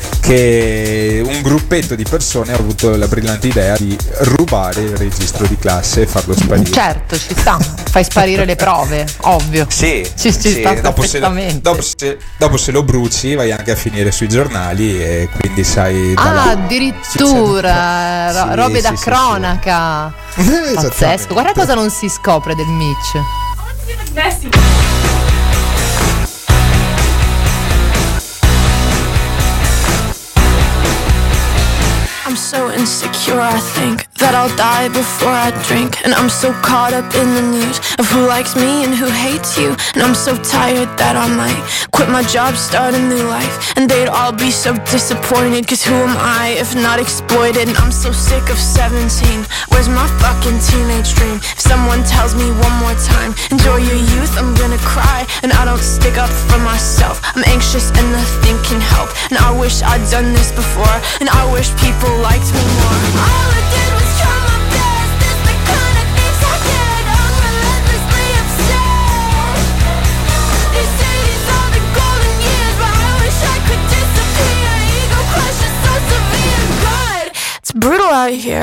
che un gruppetto di persone ha avuto la brillante idea di rubare il registro di classe e farlo sparire. Certo, ci sta, fai sparire le prove, ovvio. Sì, ci, ci sì, sta dopo, se lo, perfettamente. dopo, se, dopo se lo bruci vai anche a finire sui giornali e quindi sai da Ah, là. addirittura ro- Sì, robe sì, da sì, sì. cronaca. Pazzesco. Guarda cosa non si scopre del Mitch. I'm so insecure, I think that I'll die before I drink. And I'm so caught up in the news of who likes me and who hates you. And I'm so tired that I might quit my job, start a new life. And they'd all be so disappointed, cause who am I if not exploited? And I'm so sick of seventeen, where's my fucking teenage dream? If someone tells me one more time, enjoy your youth, I'm gonna cry. And I don't stick up for myself, I'm anxious and nothing can help. And I wish I'd done this before, and I wish people liked me more. All I did was try my best, it's the kind of things I get. I'm relentlessly upset. They say these are the golden years, but I wish I could disappear. Ego crush is so severe, God, it's brutal out here.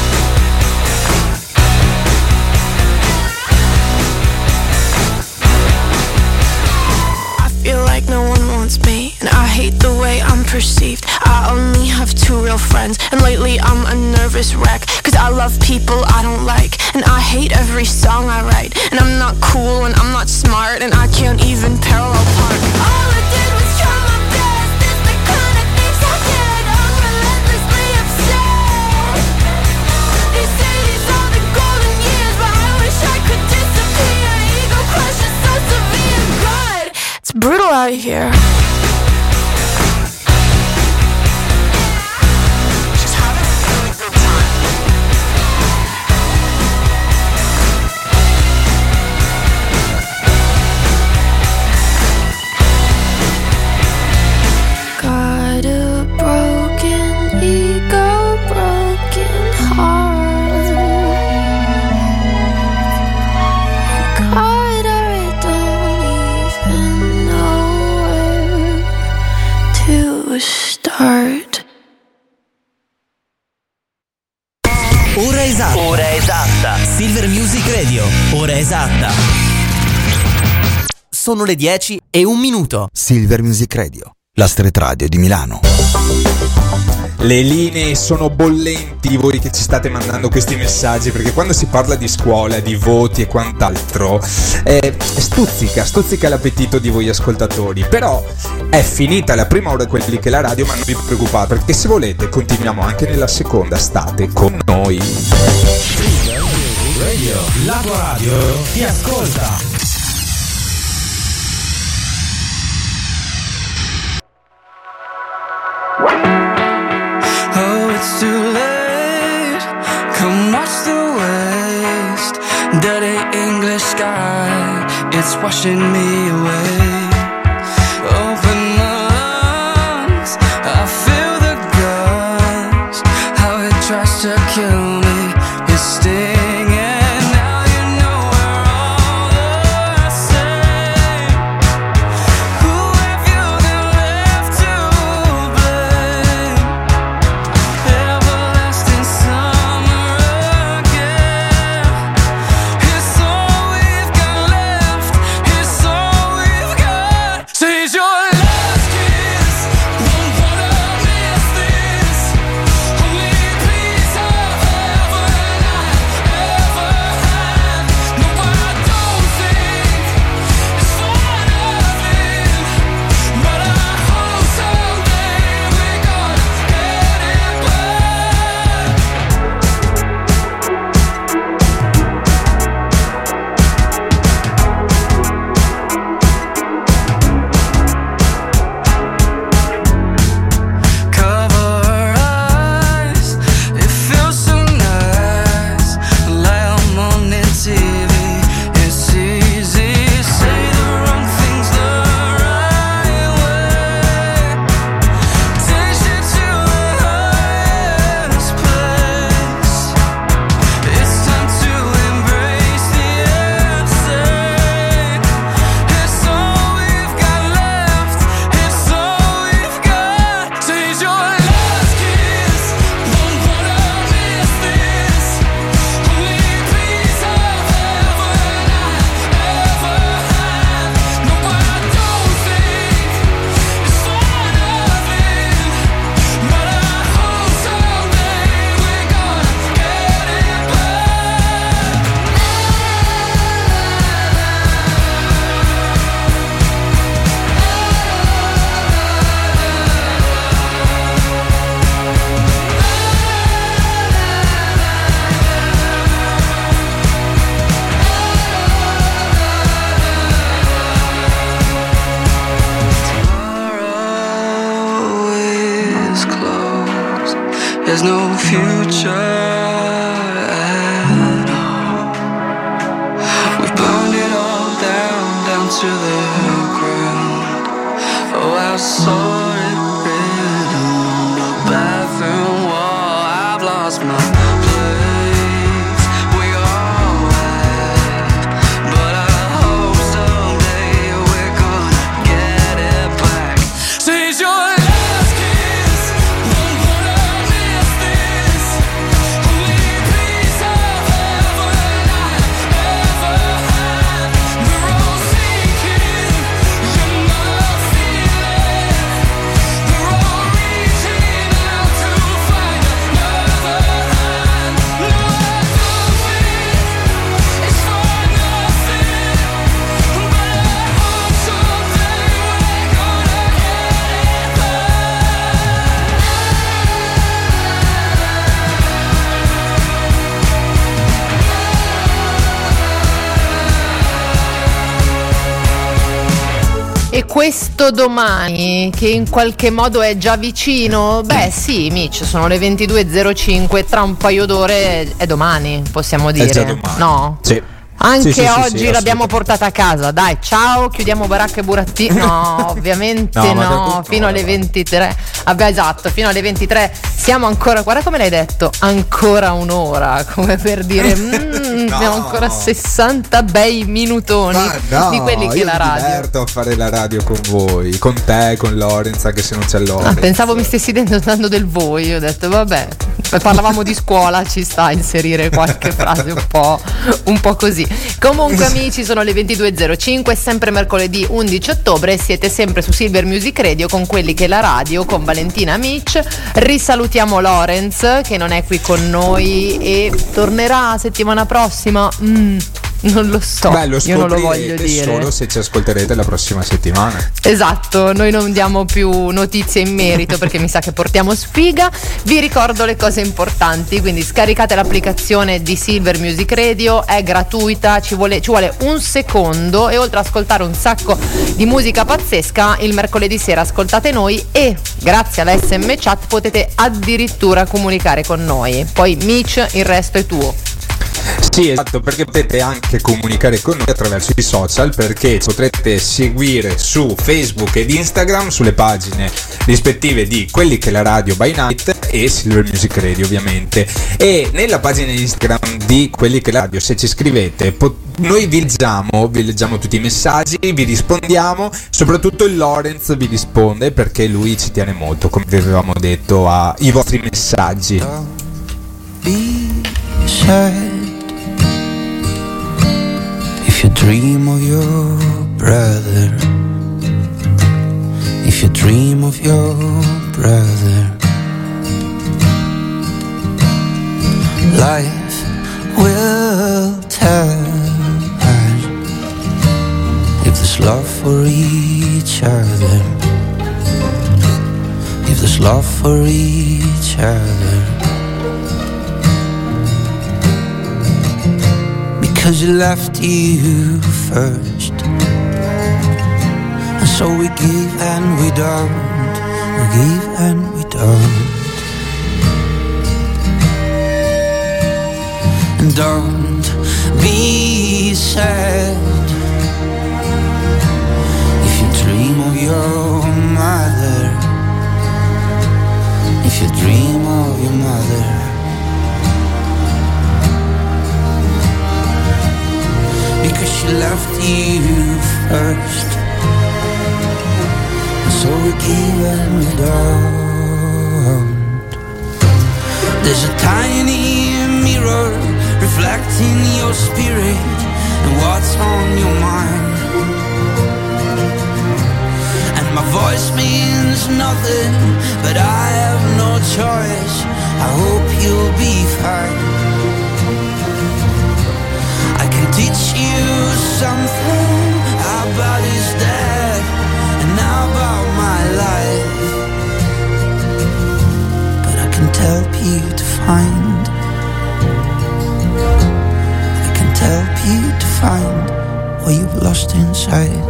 I feel like no one wants me, and I hate the way I'm perceived. I only have two real friends, and lately I'm a nervous wreck. Cause I love people I don't like, and I hate every song I write. And I'm not cool, and I'm not smart, and I can't even parallel park. All I did was try my best, it's the kind of things I get. I'm relentlessly upset. They say these are the golden years, but I wish I could disappear. Ego crush is so severe, God, it's brutal out here. Got a broken ego, broken heart. God, I don't even know where to start. Ora esatta. Ora esatta. Silver Music Radio. Ora esatta. Sono le dieci e un minuto. Silver Music Radio, la street radio di Milano. Le linee sono bollenti, voi che ci state mandando questi messaggi, perché quando si parla di scuola, di voti e quant'altro, eh, stuzzica, stuzzica l'appetito di voi ascoltatori. Però è finita la prima ora quelli che la radio, ma non vi preoccupate, perché se volete continuiamo anche nella seconda, state con noi. Radio, la tua radio ti ascolta. Oh, it's too late. Come watch the waste. Dirty English sky, it's washing me away. Open my lungs, I feel the guns. How it tries to kill me, it's stinging. Now you know we're all the same. Who have you then left to blame? Everlasting summer again. It's all we've got left. It's all we've got. Seize your last kiss. Won't wanna miss this. Only piece of heaven I ever had. No, I don't think it's for nothing, but I hope someday we're gonna get it back. Cover our eyes, it feels so nice. Lamb on the T V, it's easy. Say the wrong things the right way. Takes you to the highest place. It's time to embrace the insane. It's all we've got left. It's all we've got. Seize your last kiss. Won't wanna miss this. Only piece of heaven I ever had. No, I don't think it's for nothing, but I hope someday we're gonna get it back. Tomorrow is closed. There's no future at all. We've burned it all down, down to the ground. Oh, I saw it written on the bathroom wall. I've lost my place. We all have, but I hope someday we're gonna get it back. Seize your last kiss. Won't wanna miss this. Only piece of heaven I ever had. We're all sinking. You must feel it. E questo domani, che in qualche modo è già vicino, beh sì, Mitch, sono le ventidue e zero cinque, tra un paio d'ore è domani, possiamo dire. È già domani. No? Sì. Anche sì, sì, oggi sì, l'abbiamo portata a casa, dai, ciao, chiudiamo baracca e burattini. No, ovviamente no, no, fino alle ventitré. Vabbè, esatto, fino alle ventitré siamo ancora, guarda come l'hai detto, ancora un'ora, come per dire, mm, no. abbiamo ancora sessanta bei minutoni no, di quelli che io la mi radio. diverto a fare la radio con voi, con te, con Lorenz, anche se non c'è Lorenz. Ah, pensavo mi stessi dando del voi, ho detto vabbè, parlavamo di scuola, ci sta a inserire qualche frase un po', un po' così. Comunque amici, sono le ventidue e zero cinque, sempre mercoledì undici ottobre, siete sempre su Silver Music Radio con quelli che la radio, con Valentina Mitch. Risalutiamo Lorenz che non è qui con noi e tornerà settimana prossima. Mm. Non lo so, Beh, lo io non lo voglio dire. Solo se ci ascolterete la prossima settimana. Esatto, noi non diamo più notizie in merito perché mi sa che portiamo sfiga. Vi ricordo le cose importanti, quindi scaricate l'applicazione di Silver Music Radio, è gratuita, ci vuole, ci vuole un secondo e oltre ad ascoltare un sacco di musica pazzesca, il mercoledì sera ascoltate noi e grazie alla S M Chat potete addirittura comunicare con noi. Poi Mitch, il resto è tuo. Sì, esatto, perché potete anche comunicare con noi attraverso i social, perché potrete seguire su Facebook ed Instagram, sulle pagine rispettive di Quelli che la radio by night e Silver Music Radio ovviamente. E nella pagina Instagram di Quelli che la radio, se ci scrivete, pot- noi vi leggiamo, vi leggiamo tutti i messaggi, vi rispondiamo, soprattutto il Lorenz vi risponde perché lui ci tiene molto, come vi avevamo detto, ai vostri messaggi. If you dream of your brother, if you dream of your brother, life will tell if there's love for each other, if there's love for each other. Because you left you first, and so we give and we don't, we give and we don't. And don't be sad if you dream of your mother, if you dream of your mother. Because she left you first, and so we give and we don't. There's a tiny mirror reflecting your spirit and what's on your mind. And my voice means nothing, but I have no choice. I hope you'll be fine. I can teach you something about his dad and about my life, but I can't help you to find, I can't help you to find what you've lost inside.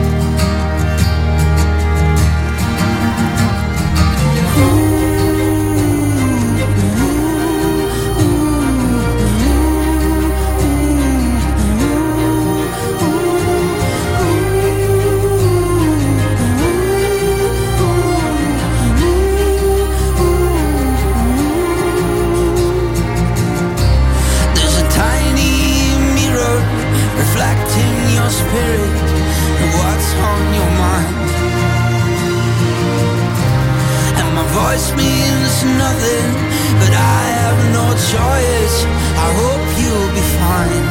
Voice means nothing, but I have no choice. I hope you'll be fine.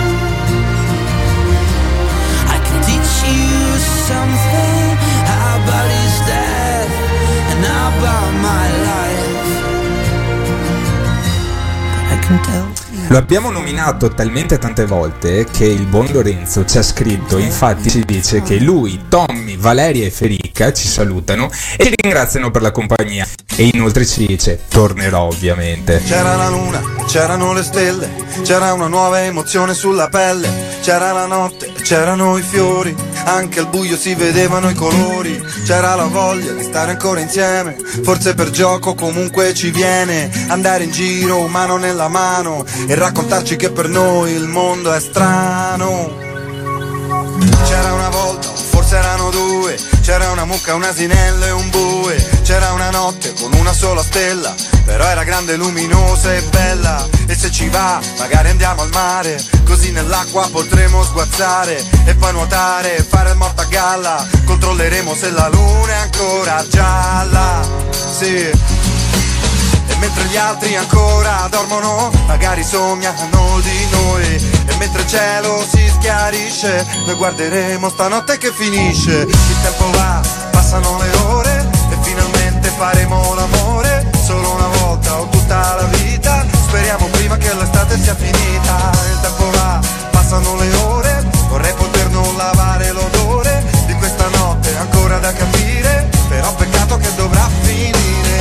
I can teach you something about his death and about my life, but I can tell you. Lo abbiamo nominato talmente tante volte che il buon Lorenzo ci ha scritto, infatti ci dice che lui, Tommy, Valeria e Ferica ci salutano e ci ringraziano per la compagnia, e inoltre ci dice tornerò ovviamente. C'era la luna, c'erano le stelle, c'era una nuova emozione sulla pelle, c'era la notte, c'erano i fiori, anche al buio si vedevano i colori, c'era la voglia di stare ancora insieme, forse per gioco comunque ci viene, andare in giro mano nella mano e raccontarci che per noi il mondo è strano. C'era una volta, forse erano due, c'era una mucca, un asinello e un bue, c'era una notte con una sola stella, però era grande, luminosa e bella, e se ci va magari andiamo al mare, così nell'acqua potremo sguazzare e poi nuotare e fare il morto a galla, controlleremo se la luna è ancora gialla, sì. E mentre gli altri ancora dormono, magari sognano di noi, e mentre il cielo si schiarisce, noi guarderemo stanotte che finisce. Il tempo va, passano le ore, e finalmente faremo l'amore, solo una volta o tutta la vita, speriamo prima che l'estate sia finita. Il tempo va, passano le ore, vorrei poter non lavare l'odore di questa notte ancora da capire, però peccato che dovrà finire.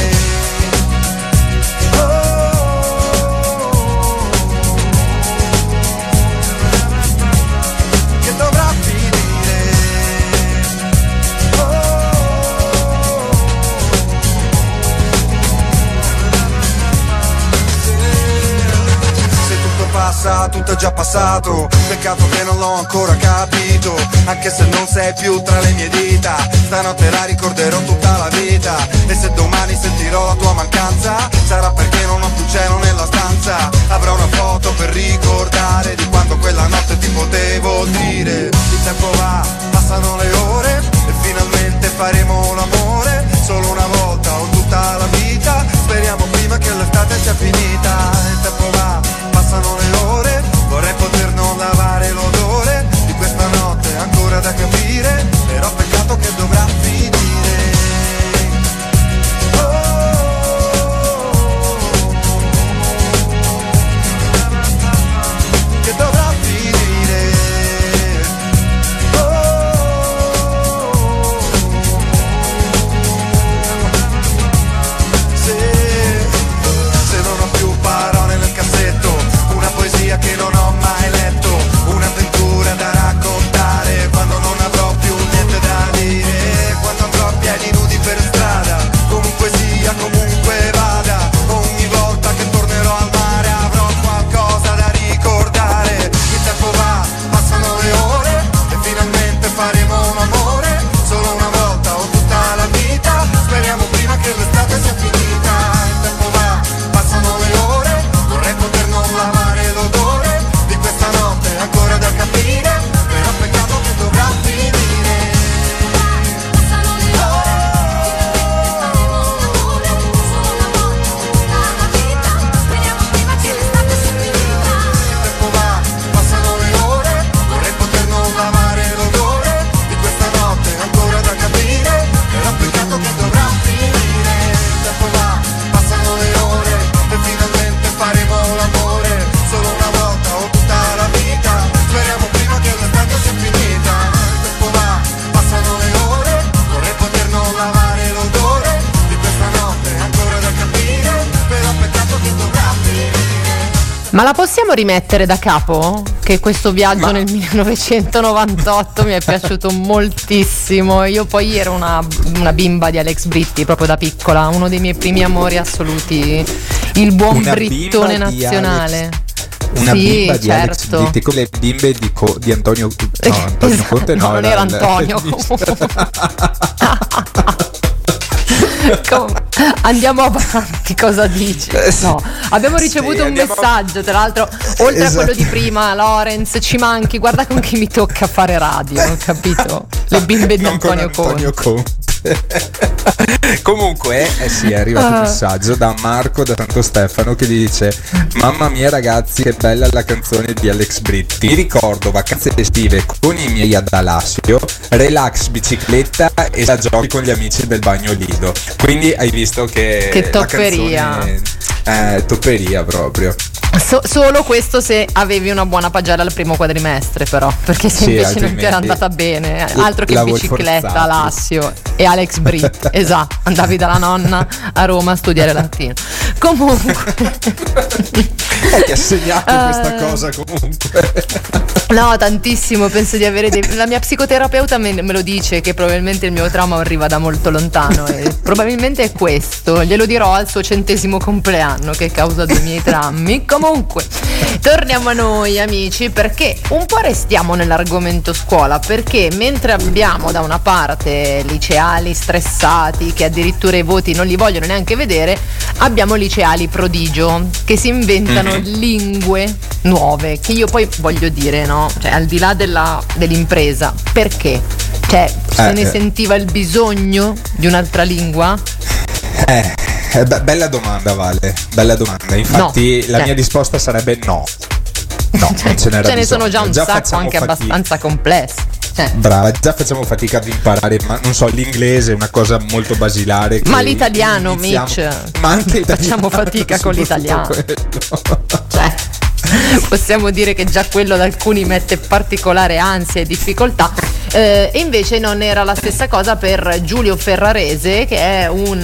Tutto è già passato, peccato che non l'ho ancora capito, anche se non sei più tra le mie dita, stanotte la ricorderò tutta la vita, e se domani sentirò la tua mancanza, sarà perché non ho più cielo nella stanza, avrò una foto per ricordare di quando quella notte ti potevo dire. Il tempo va, passano le ore, e finalmente faremo l'amore, solo una volta o tutta la vita, speriamo prima che l'estate sia finita. Il tempo va, passano le ore, vorrei poter non lavare l'odore di questa notte ancora da capire, però peccato che dovrà finire. Che dovrà finire. Se, se non ho più parole nel cassetto, una poesia che non ho mai letto, un'avventura da raccontare quando non avrò più niente da dire, quando andrò a piedi nudi per strada, comunque sia, comunque vada, ogni volta che tornerò al mare avrò qualcosa da ricordare. Il tempo va, passano le ore, e finalmente faremo un amore, solo una volta o tutta la vita, speriamo prima che l'estate sia finita. Il tempo va, passano le ore, vorrei poter non lavare l'odore di questa notte ancora da capire, però peccato che dovrà finire. Passano le ore, solo una volta tutta la vita, speriamo prima che l'estate sia finita. Il tempo va, passano le ore, vorrei poter non lavare l'odore di questa notte ancora da capire, però peccato che dovrà finire. Il tempo va, passano le ore, e finalmente faremo l'amore, solo una volta o tutta la vita, speriamo prima che l'estate sia finita. Il tempo va, passano le ore, vorrei poter non lavare l'odore di questa notte ancora da capire, però peccato che dovrà finire. Ma la possiamo rimettere da capo? Che questo viaggio nel millenovecentonovantotto mi è piaciuto moltissimo. Io poi ero una, una bimba di Alex Britti proprio da piccola, uno dei miei primi amori assoluti, il buon Una brittone bimba di nazionale. Una Sì, bimba di Alex certo. Britti, con le bimbe di, Co- di Antonio, no, Antonio Conte no, No, non era il- Antonio il- Com- Andiamo avanti, cosa dici? No, abbiamo ricevuto Sì, un andiamo- messaggio, tra l'altro, oltre a Esatto. quello di prima, Lorenz, ci manchi, guarda con chi mi tocca fare radio, ho capito? Le bimbe di Non con Antonio Conte. Antonio Conte. Comunque, eh sì, è arrivato un Ah. messaggio da Marco da Santo Stefano che dice: mamma mia ragazzi, che bella la canzone di Alex Britti. Mi ricordo vacanze estive con i miei ad Alassio, relax bicicletta e da giochi con gli amici del bagno Lido. Quindi hai visto che Che la topperia. canzone è topperia proprio. So- solo questo se avevi una buona pagella al primo quadrimestre, però, perché se Sì, invece non ti era altrimenti andata bene, altro che lavori bicicletta, forzati. Lassio e Alex Britt, esatto, andavi dalla nonna a Roma a studiare latino. Comunque, Eh, ti ha segnato questa cosa comunque. no, tantissimo, penso di avere dei... La mia psicoterapeuta me, me lo dice che probabilmente il mio trauma arriva da molto lontano e probabilmente è questo, glielo dirò al suo centesimo compleanno che causa dei miei drammi. Comunque, torniamo a noi amici, perché un po' restiamo nell'argomento scuola, perché mentre abbiamo da una parte liceali stressati che addirittura i voti non li vogliono neanche vedere, abbiamo liceali prodigio che si inventano Mhm. lingue nuove, che io poi voglio dire, no? Cioè, al di là della, dell'impresa, perché? Cioè, se Eh, ne eh. sentiva il bisogno di un'altra lingua? Eh, eh, be- bella domanda, Vale. Bella domanda. Infatti, No, la cioè- mia risposta sarebbe no. No, non ce n'era Ce ne bisogno. sono già un sacco, facciamo anche fatica- abbastanza complessi. Cioè, Brava, già facciamo fatica ad imparare, ma non so, l'inglese è una cosa molto basilare. che ma l'italiano, iniziamo- Mitch, Ma anche l'italiano, facciamo fatica con soprattutto l'italiano. quello. Cioè, possiamo dire che già quello da alcuni mette particolare ansia e difficoltà. Eh, e invece non era la stessa cosa per Giulio Ferrarese, che è un,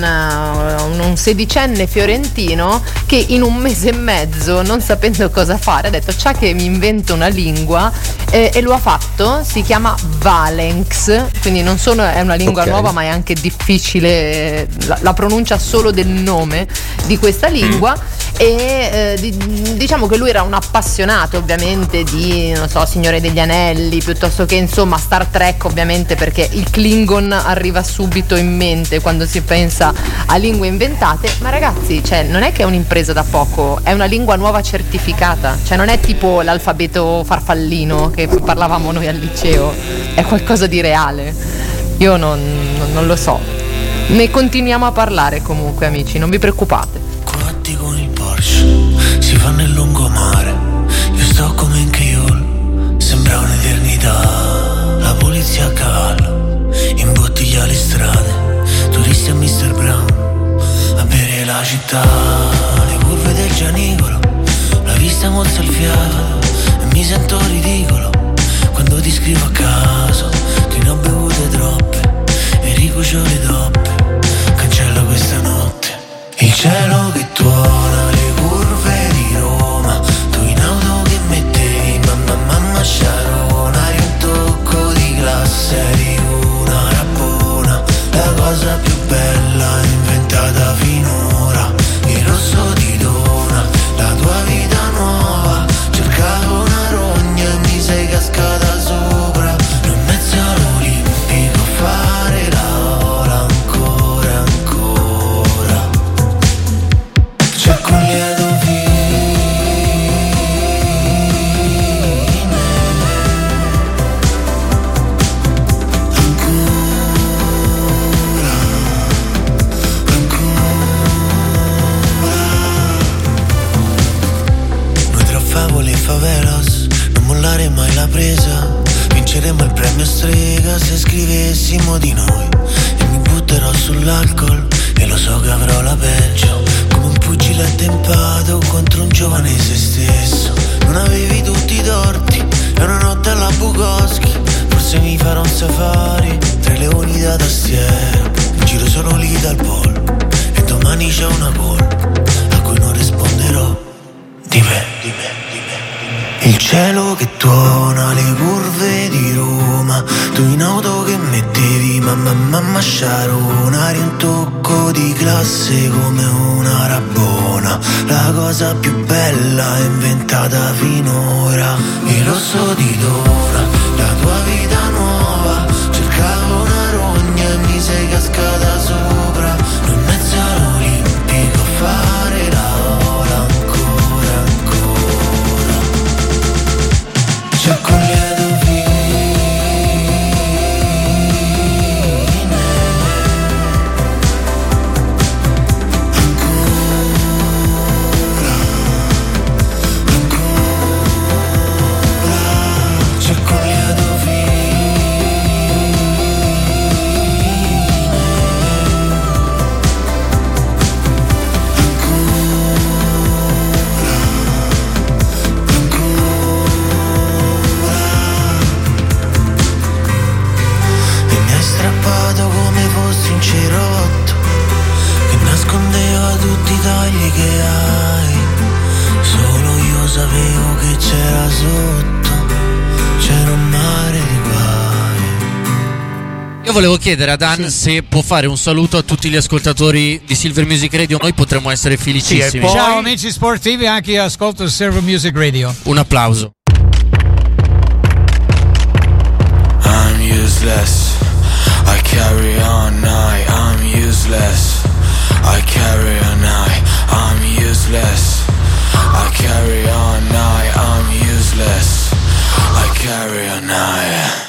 uh, un sedicenne fiorentino che in un mese e mezzo, non sapendo cosa fare, ha detto ciao che mi invento una lingua, eh, e lo ha fatto. Si chiama Valenx, quindi non solo è una lingua Ok. nuova, ma è anche difficile la, la pronuncia solo del nome di questa lingua. E eh, di- diciamo che lui era un appassionato ovviamente di, non so, Signore degli Anelli, piuttosto che insomma Star Trek, ovviamente, perché il Klingon arriva subito in mente quando si pensa a lingue inventate. Ma ragazzi, cioè, non è che è un'impresa da poco, è una lingua nuova certificata, cioè non è tipo l'alfabeto farfallino che parlavamo noi al liceo, è qualcosa di reale. Io non, non- non lo so, ne continuiamo a parlare comunque amici, non vi preoccupate. Coatti con il Porsche, si fa nel lungomare. Io sto come in Cheiol, sembra un'eternità. La polizia a cavallo, imbottiglia le strade. Turisti a mister Brown, a bere la città. Le curve del Gianicolo, la vista mozza il fiato. E mi sento ridicolo quando ti scrivo a caso. Che ne ho bevute troppe e ricucio le toppe. Cancello questa notte. Il cielo che tuona, le curve di Roma. Tu in auto che mettevi, mamma mamma Sharona. Eri un tocco di classe, eri una rabbona. La cosa più bella inventata finora. Il rosso di dona, la tua vita nuova. Cercavo una rogna e mi sei cascata sopra. In mezzo all'Olimpico a fare la ola ancora, ancora. C'è con lieto fine. Noi tra favole e favelas, non mollare mai la presa. Vinceremo il premio strega se scrivessimo di noi. E mi butterò sull'alcol e lo so che avrò la peggio. Come un pugile attempato contro un giovane se stesso. Non avevi tutti i torti, è una notte alla Bukowski. Forse mi farò un safari tra i leoni da tastiera. Giro solo lì dal polo e domani c'è una call a cui non risponderò. Di me, di me, di me. Il cielo che tuona, le curve di Roma. Tu in auto che mettevi, mamma mamma Sharona. Eri un tocco di classe come una rabbona. La cosa più bella inventata finora. Il rosso di dona, la tua vita nuova. Cercavo una rogna e mi sei cascata sopra. In mezzo all'Olimpico a fare la ola ancora, ancora. C'è con lieto fine. Ancora, ancora. C'è con lieto strappato come fossi un cerotto che nascondeva tutti i tagli che hai. Solo io sapevo che c'era sotto, c'era un mare di guai. Io volevo chiedere a Dan se può fare un saluto a tutti gli ascoltatori di Silver Music Radio. Noi potremmo essere felicissimi. Sì, poi... Ciao amici sportivi, anche io ascolto Silver Music Radio. Un applauso. I'm useless, I carry on night. I'm useless, I carry on night. I'm useless, I carry on night. I'm useless, I carry on night.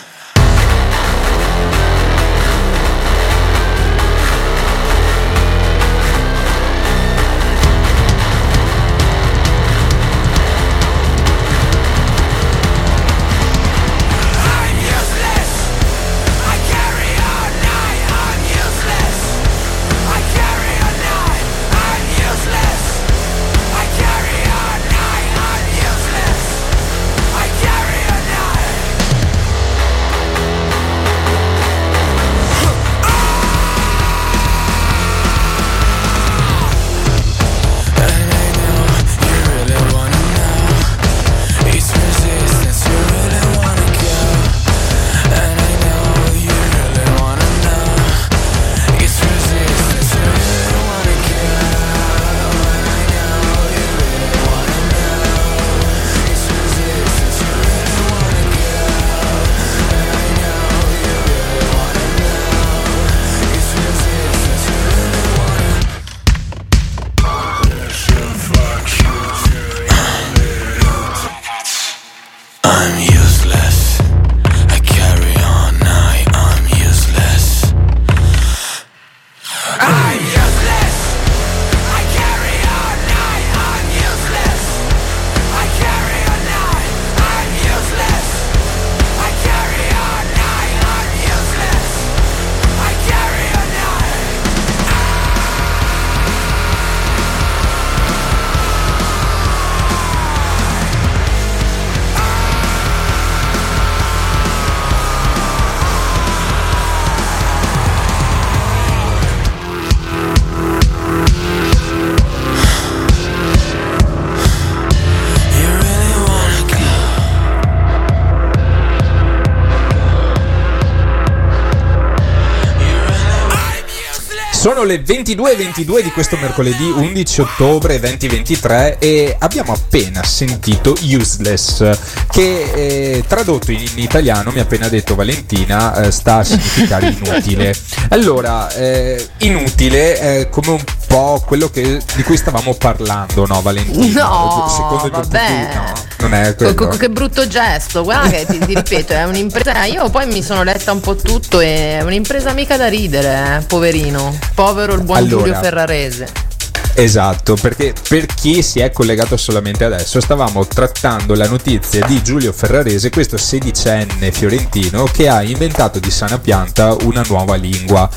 Sono le ventidue e ventidue di questo mercoledì undici ottobre duemilaventitré e abbiamo appena sentito Useless, che eh, tradotto in, in italiano, mi ha appena detto Valentina, eh, sta a significare inutile. Allora, eh, inutile è come un po' quello che, di cui stavamo parlando, no Valentina? No, secondo il vabbè. tuo, no, non è quello. Co- co- che brutto gesto, guarda che ti, ti ripeto, è un'impresa. Io poi mi sono letta un po' tutto, è un'impresa mica da ridere, eh, poverino. Povero il buon Allora, Giulio Ferrarese. Esatto, perché per chi si è collegato solamente adesso, stavamo trattando la notizia di Giulio Ferrarese, questo sedicenne fiorentino che ha inventato di sana pianta una nuova lingua.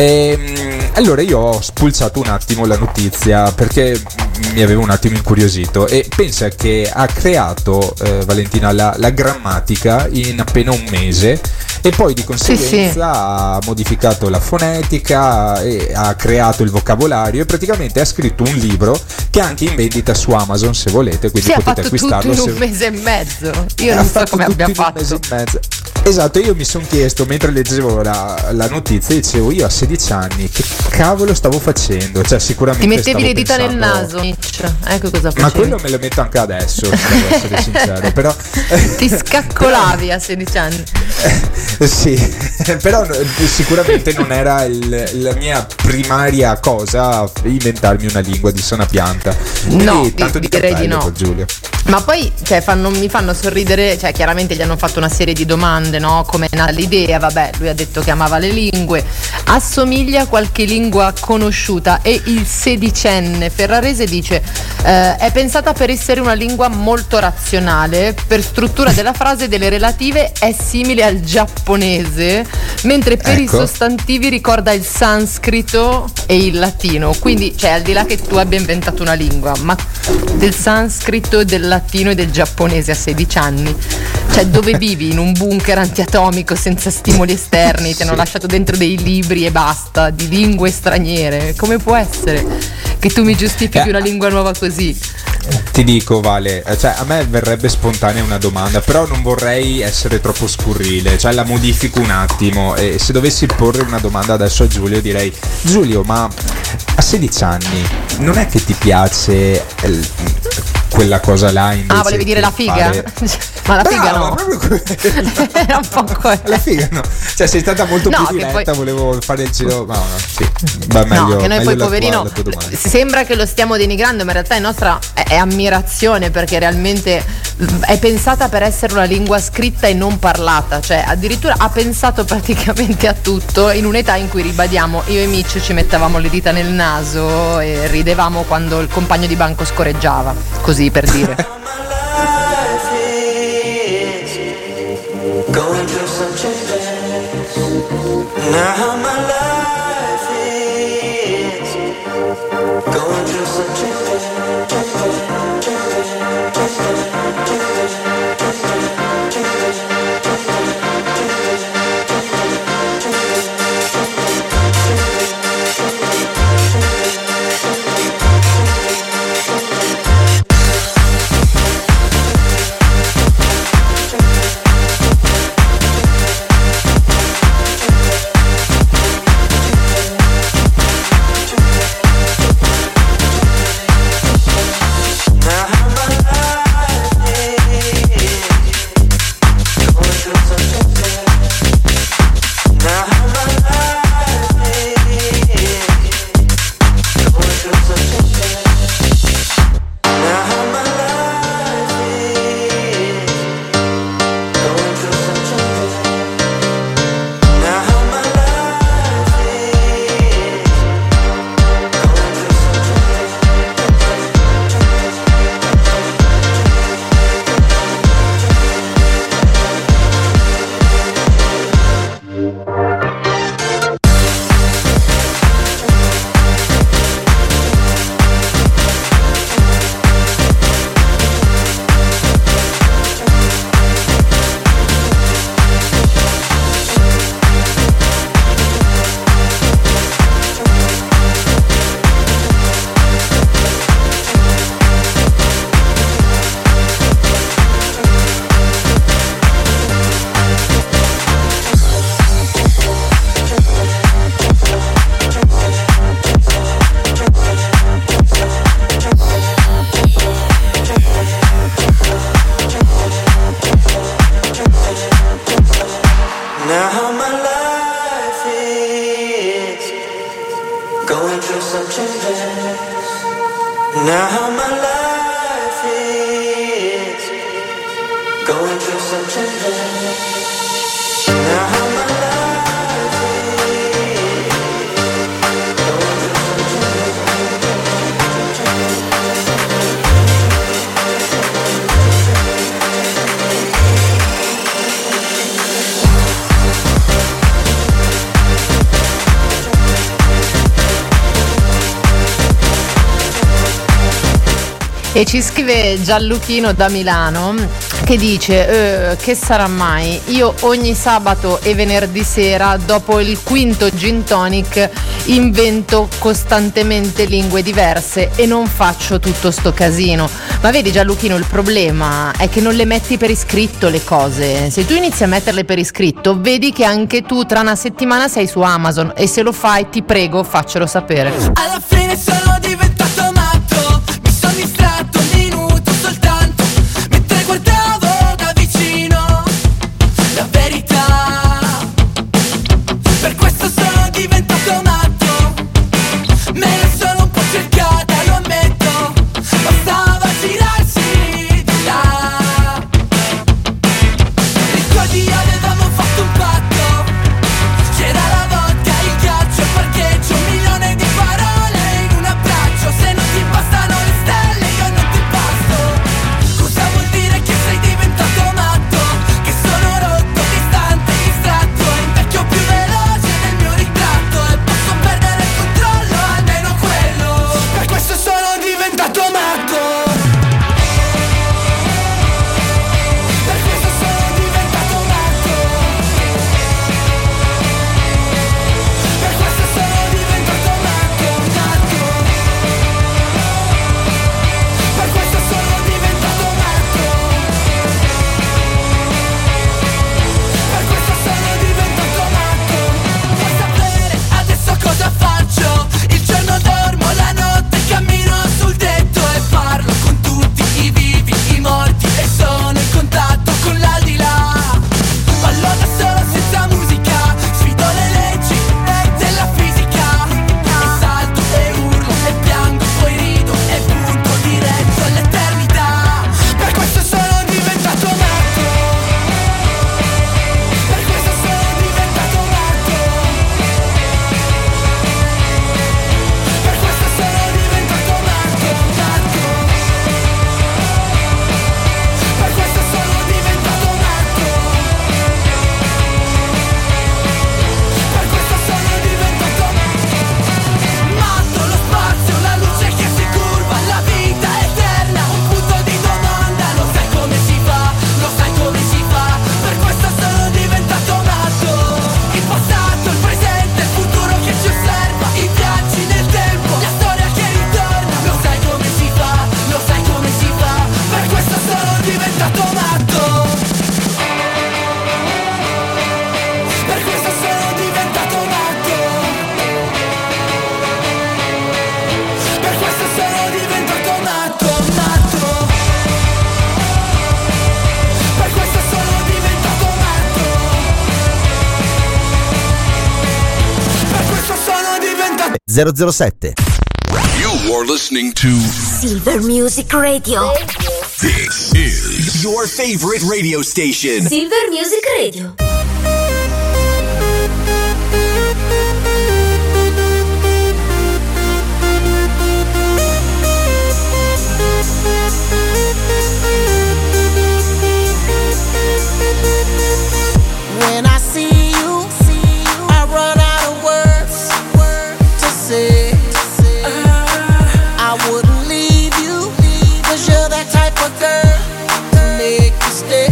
E, allora io ho spulciato un attimo la notizia perché mi aveva un attimo incuriosito, e pensa che ha creato eh, Valentina la, la grammatica in appena un mese, e poi di conseguenza sì, sì. ha modificato la fonetica e ha creato il vocabolario, e praticamente ha scritto un libro che è anche in vendita su Amazon se volete, quindi sì, potete acquistarlo. Ha fatto tutto in se... un mese e mezzo. Io non so come abbia fatto. Un mese e mezzo. Esatto, io mi sono chiesto mentre leggevo la, la notizia, dicevo, io a sedici anni che cavolo stavo facendo? Cioè sicuramente ti mettevi le dita pensando... nel naso, Mitch. Ecco cosa facevi. Ma quello me lo metto anche adesso, devo essere sincero, però ti scaccolavi a sedici anni. Sì, però sicuramente non era il, la mia primaria cosa inventarmi una lingua di sana pianta. Quindi, no, tanto di, di direi di no. Giulio. Ma poi cioè, fanno, mi fanno sorridere, cioè chiaramente gli hanno fatto una serie di domande, no? Come è nata l'idea, vabbè, lui ha detto che amava le lingue, assomiglia a qualche lingua conosciuta, e il sedicenne Ferrarese dice Eh, è pensata per essere una lingua molto razionale, per struttura della frase e delle relative è simile al giapponese, mentre per Ecco. i sostantivi ricorda il sanscrito e il latino. Quindi, cioè, al di là che tu abbia inventato una lingua, ma del sanscrito, del latino e del giapponese a sedici anni, cioè dove vivi? In un bunker antiatomico senza stimoli esterni, ti hanno lasciato dentro dei libri e basta, di lingue straniere. Come può essere che tu mi giustifichi Eh. una lingua nuova così? Ti dico, Vale, eh, cioè a me verrebbe spontanea una domanda, però non vorrei essere troppo scurrile, cioè la modifico un attimo, e se dovessi porre una domanda adesso a Giulio direi: Giulio, ma a sedici anni non è che ti piace eh, quella cosa là invece? Ah, volevi dire che la figa? fare- Ma la figa Brava, no. proprio Era un po' que- la figa no, cioè sei stata molto No, più che diretta, poi- volevo fare il giro, ma no, sì, va meglio, No, che noi meglio poi la tua- poverino la tua domanda. sembra che lo stiamo denigrando, ma in realtà è nostra è, è ammirazione, perché realmente è pensata per essere una lingua scritta e non parlata, cioè addirittura ha pensato praticamente a tutto in un'età in cui, ribadiamo, io e Mitch ci mettevamo le dita nel naso e ridevamo quando il compagno di banco scorreggiava, così per dire. Going through some changes. Now my life is going through some changes. Now my life is going through some changes. Now my life is going through some changes. Now my life is going through some E ci scrive Gianluchino da Milano che dice: eh, che sarà mai? Io ogni sabato e venerdì sera, dopo il quinto gin tonic, invento costantemente lingue diverse e non faccio tutto sto casino. Ma vedi Gianluchino, il problema è che non le metti per iscritto le cose. Se tu inizi a metterle per iscritto, vedi che anche tu tra una settimana sei su Amazon, e se lo fai ti prego faccelo sapere. Alla fine sono diventato matto, mi sono distratto un minuto soltanto, mentre guardavo da vicino la verità. Per questo sono diventato matto, me la sono un po' cercata, lo ammetto, bastava girarsi di là. Ricordi avevamo fatto un patto, c'era la vodka, il ghiaccio, il parcheggio, un milione di parole zero zero sette. You are listening to Silver Music Radio. This is your favorite radio station. Silver Music Radio. When I see you, I run out of words to say. I wouldn't leave you, cause you're that type of girl to make you stay.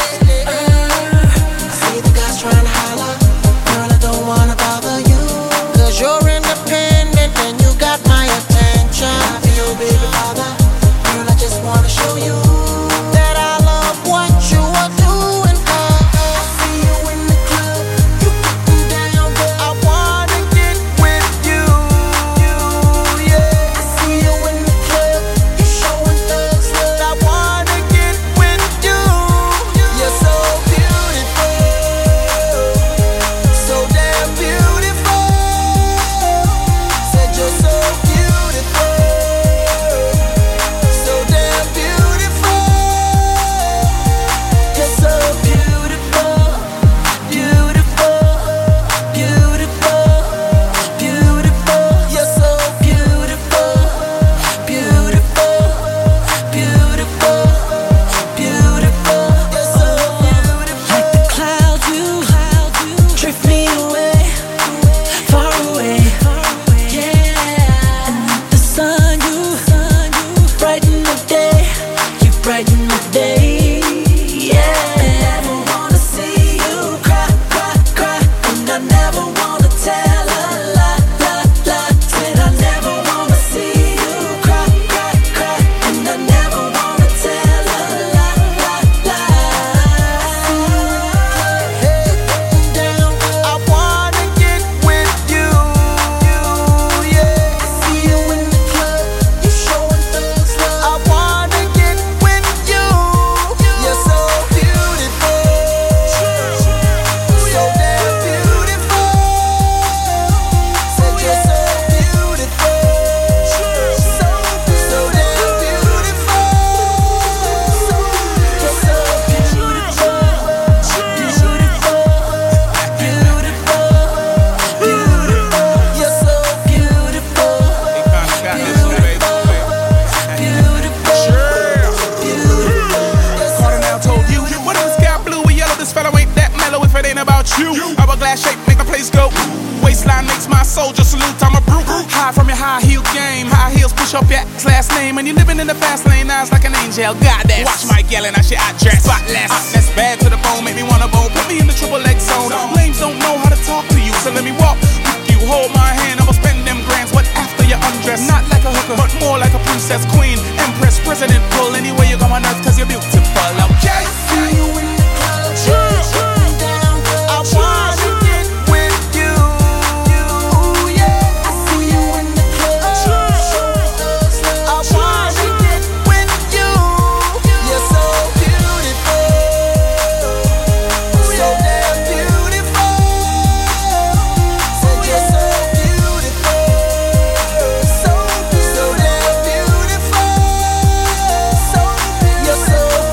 I see the guys trying to holler, girl, I don't wanna bother you, cause you're independent and you got my attention. I be your baby father, girl, I just wanna show you that I love what you are doing. I see you in the club, you getting down, girl, I wanna get with you. Yeah, I see you in the club, you showing thugs love, I wanna get with you. You're so beautiful, so damn beautiful. Said you're so beautiful, so damn beautiful. You're so beautiful, beautiful, beautiful, beautiful. You're so beautiful, beautiful, beautiful, beautiful. You're so beautiful. Like the clouds, you drift me away, far away. Yeah, and the sun, you brighten the day, you brighten the day. Yeah, I never wanna see you cry, cry, cry, and I never wanna tell a lie, lie, lie. Said I never wanna see you cry, cry, cry, and I never wanna tell a lie, lie, lie. Hey, down, I wanna get with you. Yeah, I see you in the club, you showing thugs love, I wanna get with you. You're so beautiful, so damn beautiful. Said you're so beautiful, so so damn beautiful. You're so beautiful, beautiful, beautiful, beautiful. You're so beautiful, Cardinal told you, what if the sky blue or yellow? This fellow ain't that mellow if it ain't about you. Hourglass shape make the place go. Waistline makes my soldier salute. I'm a brute. High from your high heel game. High heels push up your ass last name. And you living in the fast lane. Eyes like an angel. Goddess. Watch Mike yelling. I shit I dress. Spotless. Hotness bad to the bone. Make me wanna bone. Put me in the triple X zone. Lames don't know how to talk to you. So let me walk with you. Hold my hand. I'ma spend them grands. What after you undress? Not like a hooker, but more like a princess, queen, empress, president. Pull anywhere you go on earth. Cause you're beautiful. Okay? see you in the club, shine down, I wanna get with you. Yeah, I see you in the club, I wanna get with you. You're so beautiful, so damn beautiful. Said you're so beautiful, so so damn beautiful. So you're so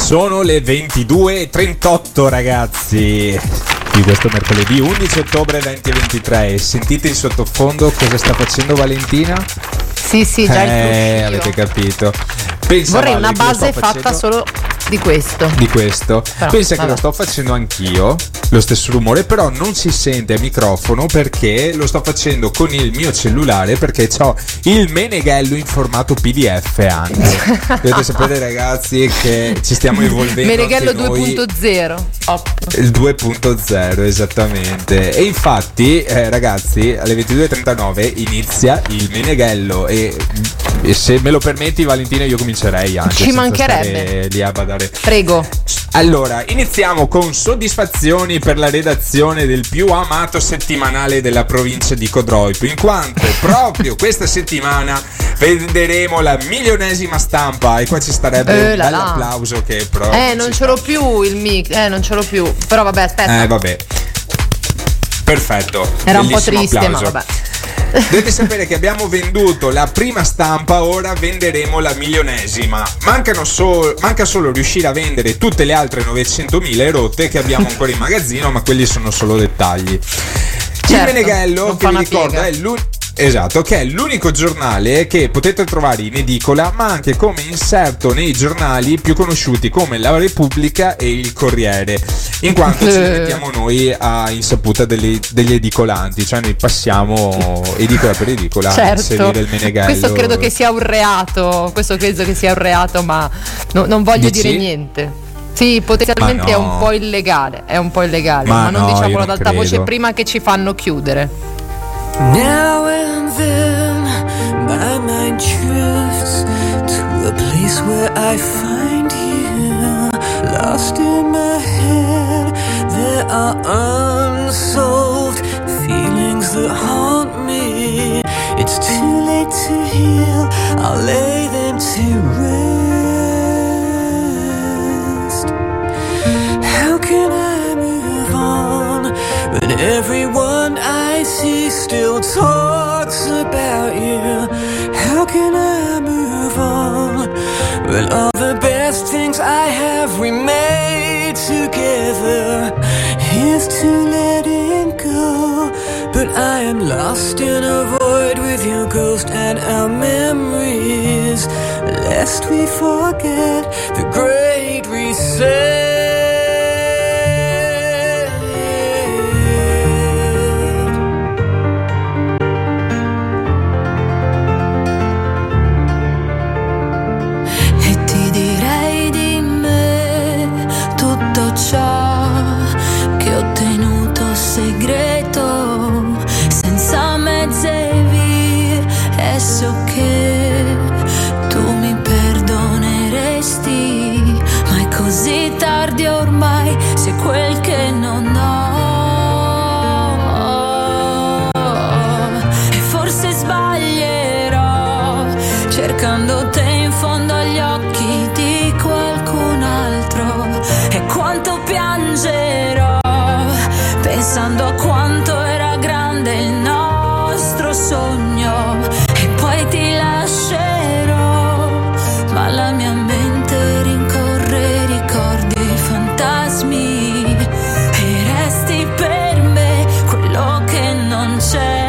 Sono le ventidue e trentotto, ragazzi, di questo mercoledì undici ottobre duemilaventitré. E sentite in sottofondo cosa sta facendo Valentina? Sì, sì, già eh, il avete capito. Pensa, Vorrei Vale, una che lo base sto fatta facendo- solo di questo. di questo. Però, Pensa che vabbè. lo sto facendo anch'io, lo stesso rumore, però non si sente a microfono perché lo sto facendo con il mio cellulare, perché ho il Meneghello in formato P D F anche. Dovete sapere, ragazzi, che ci stiamo evolvendo Meneghello anche noi. due punto zero. Il due punto zero, esattamente. E infatti, eh, ragazzi, alle ventidue e trentanove inizia il Meneghello e, e se me lo permetti, Valentina, io comincerei anche. Ci senza mancherebbe. stare lì a badare. Prego. Allora, iniziamo con soddisfazioni per la redazione del più amato settimanale della provincia di Codroipo, in quanto proprio questa settimana venderemo la milionesima stampa, e qua ci starebbe Eh, un là bel là. applauso che proprio Eh, non ci ce l'ho più il mic. Eh, non ce l'ho più. Però vabbè, aspetta. Eh, vabbè. Perfetto. Era un po' Bellissimo triste, applauso. ma vabbè. Dovete sapere che abbiamo venduto la prima stampa, ora venderemo la milionesima. Mancano sol- manca solo riuscire a vendere tutte le altre novecentomila erotte che abbiamo ancora in magazzino, ma quelli sono solo dettagli. Certo, il Meneghello, non che fa vi una ricordo, piega. è l'unico. Esatto, che è l'unico giornale che potete trovare in edicola, ma anche come inserto nei giornali più conosciuti come La Repubblica e Il Corriere, in quanto ci mettiamo noi a insaputa degli, degli edicolanti, cioè noi passiamo edicola per edicola a Certo. inserire il Meneghello. Questo credo che sia un reato. Questo credo che sia un reato, ma no- non voglio Dici? dire niente. Sì, potenzialmente Ma è no. un po' illegale. È un po' illegale, ma, Ma non no, io diciamolo non ad alta voce credo. prima che ci fanno chiudere. Now and then, my mind drifts to a place where I find you. Lost in my head, there are unsolved feelings that haunt me. It's too late to heal, I'll lay them to rest. How can I move on when everyone I see still talks about you? How can I move on when all the best things I have we made together? Here's to letting go, but I am lost in a void with your ghost and our memories, lest we forget the great reset. E ti direi di me tutto ciò che ho tenuto segreto, senza mezze vie, e so che tu mi perdoneresti, ma è così tardi ormai, se quel che non ho. E forse sbaglierò cercando te in fondo agli occhi di qualcun altro, e quanto piangerò pensando a quanto era grande il nostro sogno, e poi ti lascerò, ma la mia mente rincorre ricordi e fantasmi, e resti per me quello che non c'è.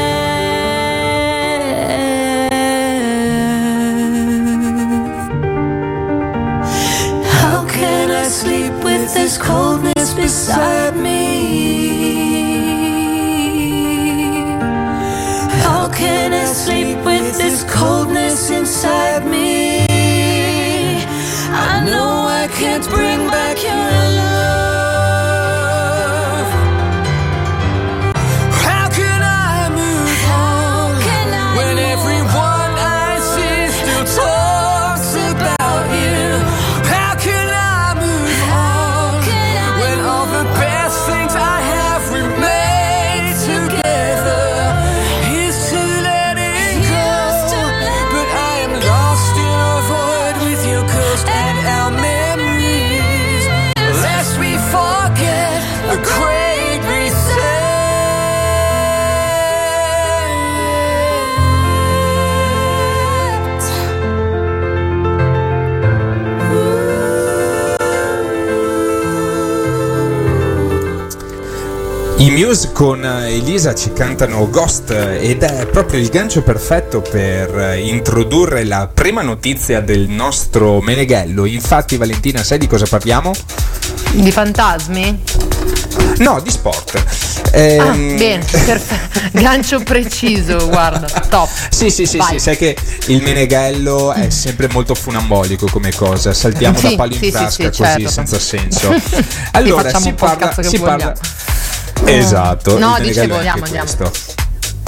How can I sleep with this coldness beside me? How can I sleep with this coldness inside me? I know I can't bring back your love. How can I move on when everyone I see still talks about you? How can I move on when all the best things I have remain together? Here's to letting go, but I am lost in a void with your ghost and our memories, I Muse con Elisa ci cantano Ghost ed è proprio il gancio perfetto per introdurre la prima notizia del nostro Meneghello. Infatti, Valentina, sai di cosa parliamo? Di fantasmi? No, di sport. Ehm... Ah, bene, perfetto. Gancio preciso, guarda, top. Sì, sì, sì, sì, sai che il Meneghello è sempre molto funambolico come cosa. Saltiamo sì, da palo in sì, frasca sì, sì, così certo. senza senso. Allora si parla, si parla. Esatto. No, il dicevo, Meneghello è andiamo, anche andiamo. questo.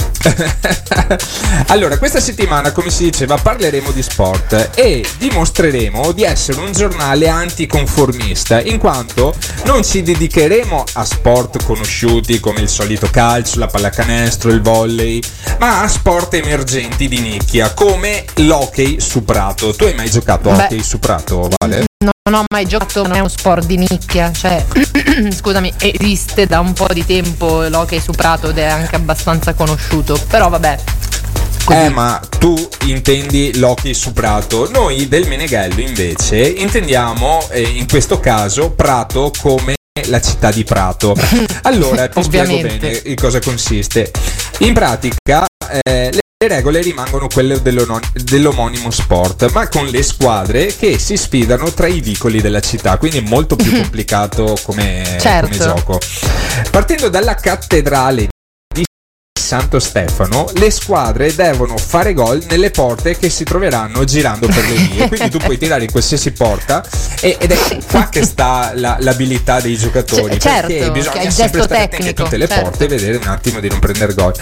Allora, questa settimana, come si diceva, parleremo di sport e dimostreremo di essere un giornale anticonformista, in quanto non ci dedicheremo a sport conosciuti come il solito calcio, la pallacanestro, il volley, ma a sport emergenti di nicchia come l'hockey su prato. Tu hai mai giocato a Beh, hockey su prato, Vale? Non ho mai giocato, non è uno sport di nicchia, cioè scusami, esiste da un po' di tempo l'hockey su prato ed è anche abbastanza conosciuto, però vabbè. Così. Eh, ma tu intendi l'hockey su prato. Noi del Meneghello invece intendiamo eh, in questo caso Prato come la città di Prato. Allora ti spiego bene in cosa consiste. In pratica eh, le regole rimangono quelle dell'omonimo sport, ma con le squadre che si sfidano tra i vicoli della città, quindi è molto più complicato come, certo. come gioco. Partendo dalla cattedrale di Santo Stefano, le squadre devono fare gol nelle porte che si troveranno girando per le vie, quindi tu puoi tirare in qualsiasi porta e, ed è qua che sta la, l'abilità dei giocatori, C- certo, perché bisogna che sempre stare attenti a tecnico, tutte le certo. porte e vedere un attimo di non prendere gol.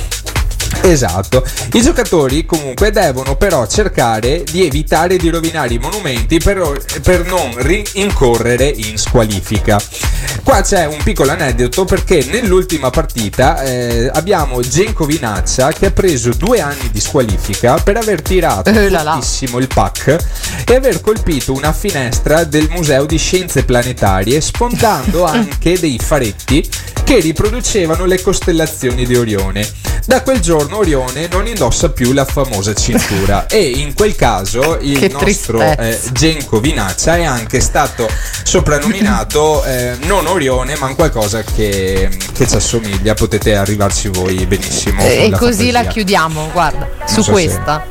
Esatto, i giocatori comunque devono però cercare di evitare di rovinare i monumenti per, per non ri- incorrere in squalifica. Qua c'è un piccolo aneddoto perché nell'ultima partita eh, abbiamo Genco Vinaccia che ha preso due anni di squalifica per aver tirato eh là là. fortissimo il puck e aver colpito una finestra del Museo di Scienze Planetarie, spuntando anche dei faretti che riproducevano le costellazioni di Orione. Da quel giorno Orione non indossa più la famosa cintura e in quel caso il Che nostro eh, Genco Vinaccia è anche stato soprannominato eh, non Orione ma un qualcosa che, che ci assomiglia. Potete arrivarci voi benissimo E con la così fantasia. la chiudiamo, guarda, Non su so questa.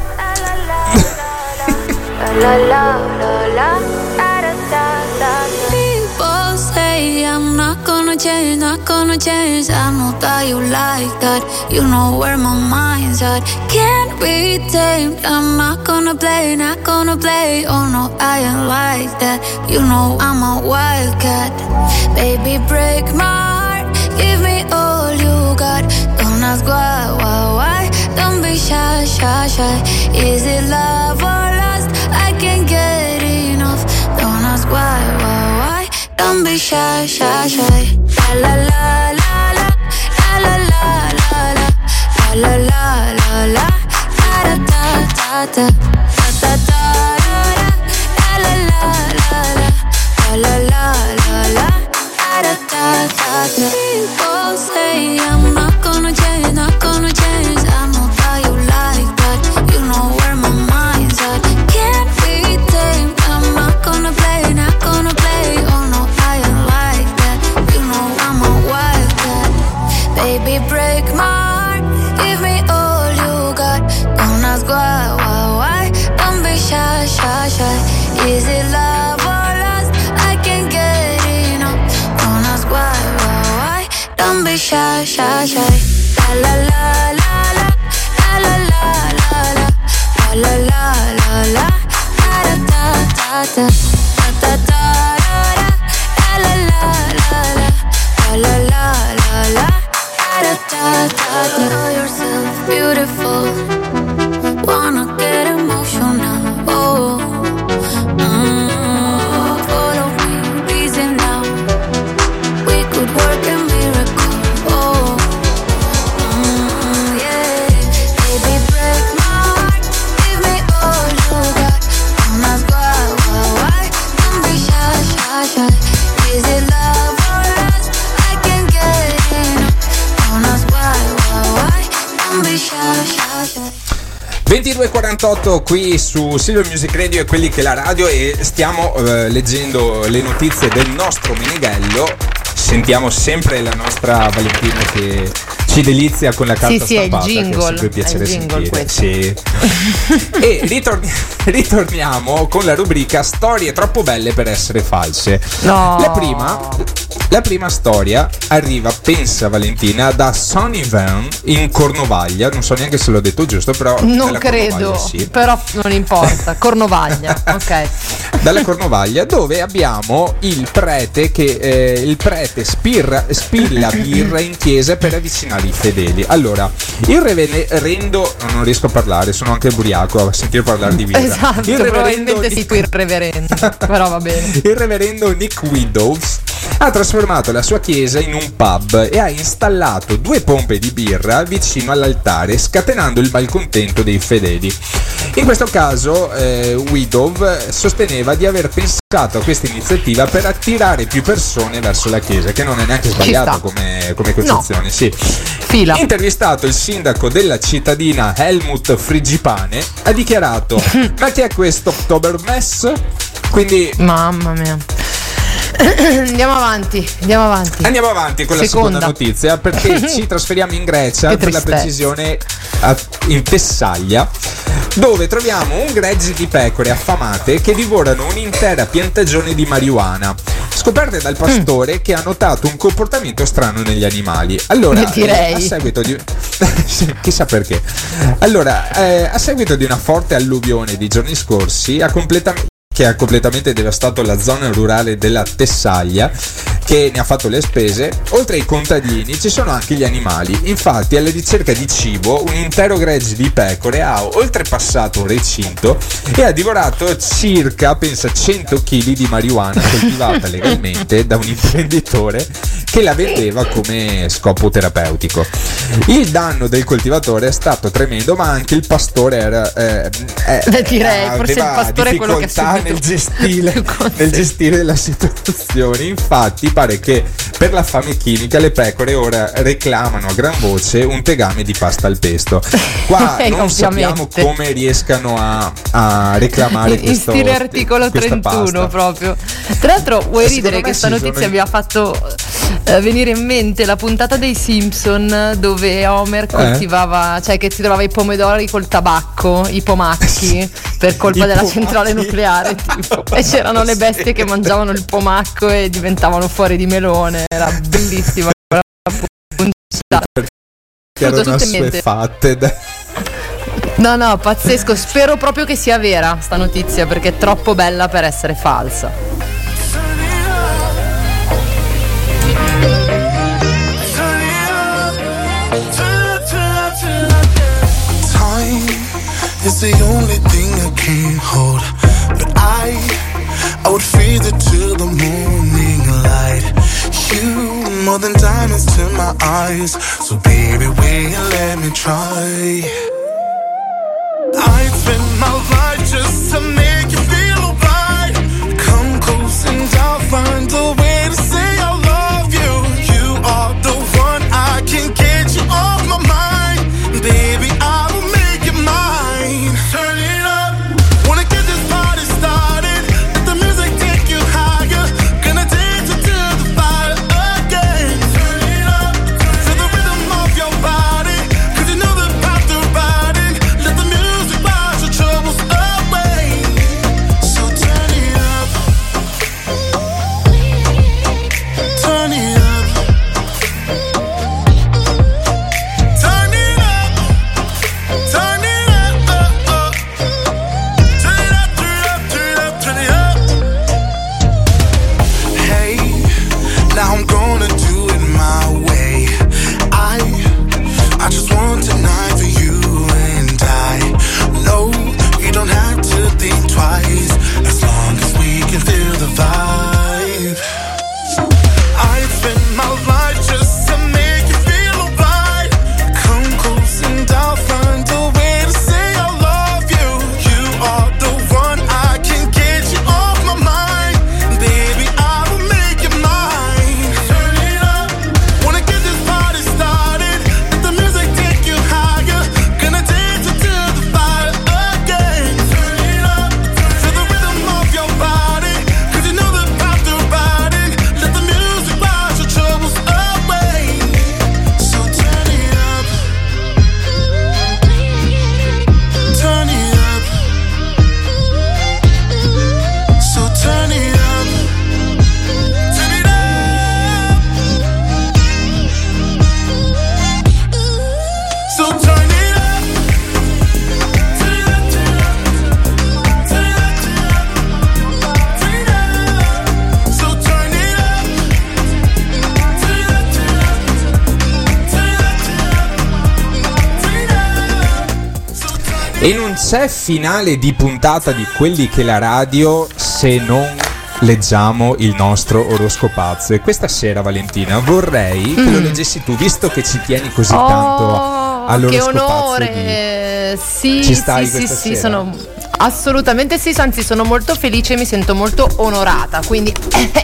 People say I'm not gonna change, not gonna change. I know that you like that. You know where my mind's at. Can't be tamed. I'm not gonna play, not gonna play. Oh no, I ain't like that. You know I'm a wildcat. Baby, break my heart. Give me all you got. Don't ask why, why, why. Don't be shy, shy, shy. Is it love or lust? I can't get enough. Don't ask why, why, why. Don't be shy, shy, shy. La la la la la, la la la la la, la la la la la, da da da da, da da da, la la la la la, la la la la, da da da da. People say I'm not gonna change, not gonna change. I know that you like that. You know where my mind's at. Can't be tamed. I'm not gonna play, not gonna play. Oh no, I ain't like that. You know I'm a wildcat. Baby, break my heart. Give me all you got. Don't ask why, why, why. Don't be shy, shy, shy. Is it love or lust? I can't get enough. Don't ask why, why, why. Don't be shy, shy, shy. La la la la la, la la la la la, la la la la, da da da da, da da da, la la la la, la la la la, da da da da. Know yourself beautiful. Wanna get emotional. Oh, mm, follow me, reason now. We could work a miracle. Oh, mm, yeah. Baby, break my heart. Give me all you got. Don't ask why, why, why. Don't be shy, shy, shy. Is it love or lust? I can't get enough. Don't ask why, why, why. Don't be shy, shy, shy. ventidue e quarantotto qui su Silver Music Radio e quelli che la radio, e stiamo eh, leggendo le notizie del nostro Meneghello sentiamo sempre la nostra Valentina che ci delizia con la carta Sì, sì, è il stampata, jingle, che è sempre un piacere è il jingle sentire. Sì. E ritorni- ritorniamo con la rubrica storie troppo belle per essere false. No. La prima, la prima storia arriva, pensa Valentina, da Sunnyvan in Cornovaglia. Non so neanche se l'ho detto giusto, però Non dalla credo, Cornovaglia, sì. però non importa. Cornovaglia, ok. Dalla Cornovaglia, dove abbiamo il prete che eh, il prete spirra, spilla birra in chiesa per avvicinare i fedeli. Allora, il reverendo, non riesco a parlare, sono anche ubriaco a sentire parlare di birra. Esatto, il probabilmente sei tu il reverendo, però va bene. Il reverendo Nick Widows ha trasformato la sua chiesa in un pub e ha installato due pompe di birra vicino all'altare, scatenando il malcontento dei fedeli. In questo caso eh, Widows sosteneva di aver pensato a questa iniziativa per attirare più persone verso la chiesa, che non è neanche sbagliata come, come concezione. No. Sì. Fila. Intervistato il sindaco della cittadina Helmut Frigipane ha dichiarato: ma che è questo Oktobermess? Quindi mamma mia. Andiamo avanti, andiamo avanti. Andiamo avanti con la seconda, seconda notizia, perché ci trasferiamo in Grecia, per la precisione a, in Tessaglia, dove troviamo un gregge di pecore affamate che divorano un'intera piantagione di marijuana, scoperte dal pastore mm. che ha notato un comportamento strano negli animali. Allora, direi. Eh, a seguito di chissà perché. Allora, eh, a seguito di una forte alluvione di giorni scorsi, ha completamente che ha completamente devastato la zona rurale della Tessaglia, che ne ha fatto le spese. Oltre ai contadini ci sono anche gli animali. Infatti, alla ricerca di cibo, un intero gregge di pecore ha oltrepassato un recinto e ha divorato circa, pensa, cento chili di marijuana coltivata legalmente da un imprenditore che la vendeva come scopo terapeutico. Il danno del coltivatore è stato tremendo, ma anche il pastore era eh, eh, direi forse il pastore è quello che ha nel gestire, nel gestire la situazione. Infatti pare che per la fame chimica le pecore ora reclamano a gran voce un tegame di pasta al pesto. Qua eh, non sappiamo come riescano a, a reclamare in, questo, in stile articolo trentuno proprio. Tra l'altro vuoi eh, ridere che questa notizia mi ha fatto eh, venire in mente la puntata dei Simpson dove Homer coltivava, eh? cioè che si trovava i pomodori col tabacco, i pomacchi per colpa I della pomacchi. centrale nucleare tipo. E c'erano le bestie sì. che mangiavano il pomacco e diventavano fuori di melone. Era bellissima quella puntata. Che erano assuefatte da... No, no, pazzesco. Spero proprio che sia vera sta notizia, perché è troppo bella per essere falsa. Time is the only thing I can't hold, but I I would freeze it to the morning light. You more than diamonds to my eyes, so baby, will you let me try? I'd spend my life just to make you feel alright. Come close and I'll find a way to say I love you. You are the one, I can't get you off my mind. Baby, I will make you mine. Turn it up, wanna get this party started. Let the music take you higher. Gonna dance until the fire again. Turn it up, feel the rhythm of your body, cause you know the path to riding. Let the music wash your troubles away. So turn it up, turn it up, turn it up, turn it up, uh, uh. Turn it up, turn it up, turn it up, turn it up. Hey, now I'm gonna do it my way. I, I just want tonight for you and I. No, you don't have to think twice, as long as we can feel the vibe. I spend my life just to make you feel alright. Come close and I'll find a way to say I love you. You are the one, I can't get you off my mind. Baby, I will make you mine. Turn it up, wanna get this party started. Let the music take you higher. Gonna dance until the fire again. Turn it up, feel the rhythm of your E non c'è finale di puntata di Quelli che la radio se non leggiamo il nostro oroscopazzo. E questa sera, Valentina, vorrei che Mm. lo leggessi tu, visto che ci tieni così Oh, tanto che all'oroscopazzo. onore! Sì, Ci stai sì, sì, questa sì, sera? sono assolutamente sì, anzi sono molto felice e mi sento molto onorata, quindi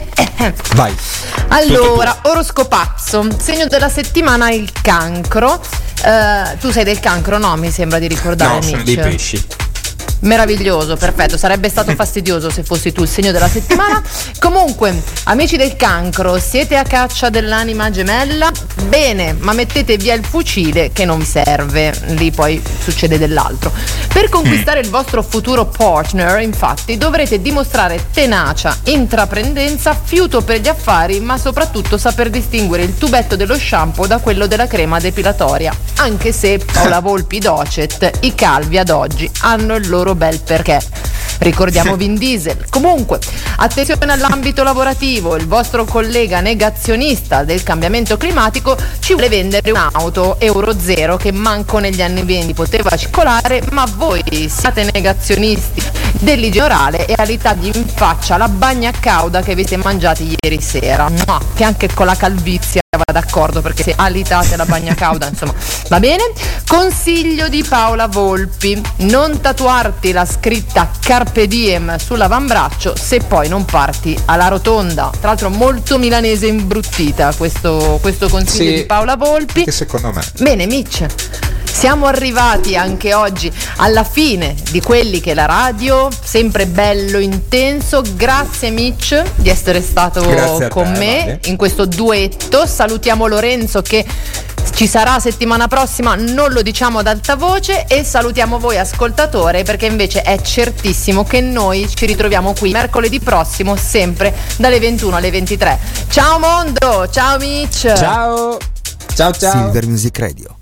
Vai. allora, oroscopazzo, segno della settimana il cancro. Eh, tu sei del cancro, no? Mi sembra di ricordare. No, sono Mitch. dei pesci. Meraviglioso, perfetto, sarebbe stato fastidioso se fossi tu il segno della settimana. Comunque, amici del cancro, siete a caccia dell'anima gemella? Bene, ma mettete via il fucile che non vi serve, lì poi succede dell'altro. Per conquistare il vostro futuro partner, infatti, dovrete dimostrare tenacia, intraprendenza, fiuto per gli affari, ma soprattutto saper distinguere il tubetto dello shampoo da quello della crema depilatoria. Anche se, Paola Volpi Docet, i calvi ad oggi hanno il loro bel perché. Ricordiamo Vin Diesel. Comunque, attenzione all'ambito lavorativo, il vostro collega negazionista del cambiamento climatico ci vuole vendere un'auto Euro zero che manco negli anni venti poteva circolare, ma voi siete negazionisti dell'igiene orale e alitargli in faccia la bagna cauda che vi siete mangiati ieri sera. Mua, che anche con la calvizie va d'accordo, perché se alitate la bagna cauda, insomma, va bene. Consiglio di Paola Volpi: non tatuarti la scritta Carpe Diem sull'avambraccio se poi non parti alla rotonda. Tra l'altro molto milanese imbruttita questo, questo consiglio Sì, di Paola Volpi. Che secondo me. Bene Mitch, siamo arrivati anche oggi alla fine di Quelli che la radio, sempre bello, intenso. Grazie Mitch di essere stato Grazie a con te, me Vale. in questo duetto. Salutiamo Lorenzo che ci sarà settimana prossima, non lo diciamo ad alta voce, e salutiamo voi ascoltatore, perché invece è certissimo che noi ci ritroviamo qui mercoledì prossimo, sempre dalle ventuno alle ventitré. Ciao mondo, ciao Mitch. Ciao. Ciao ciao. Silver Music Radio,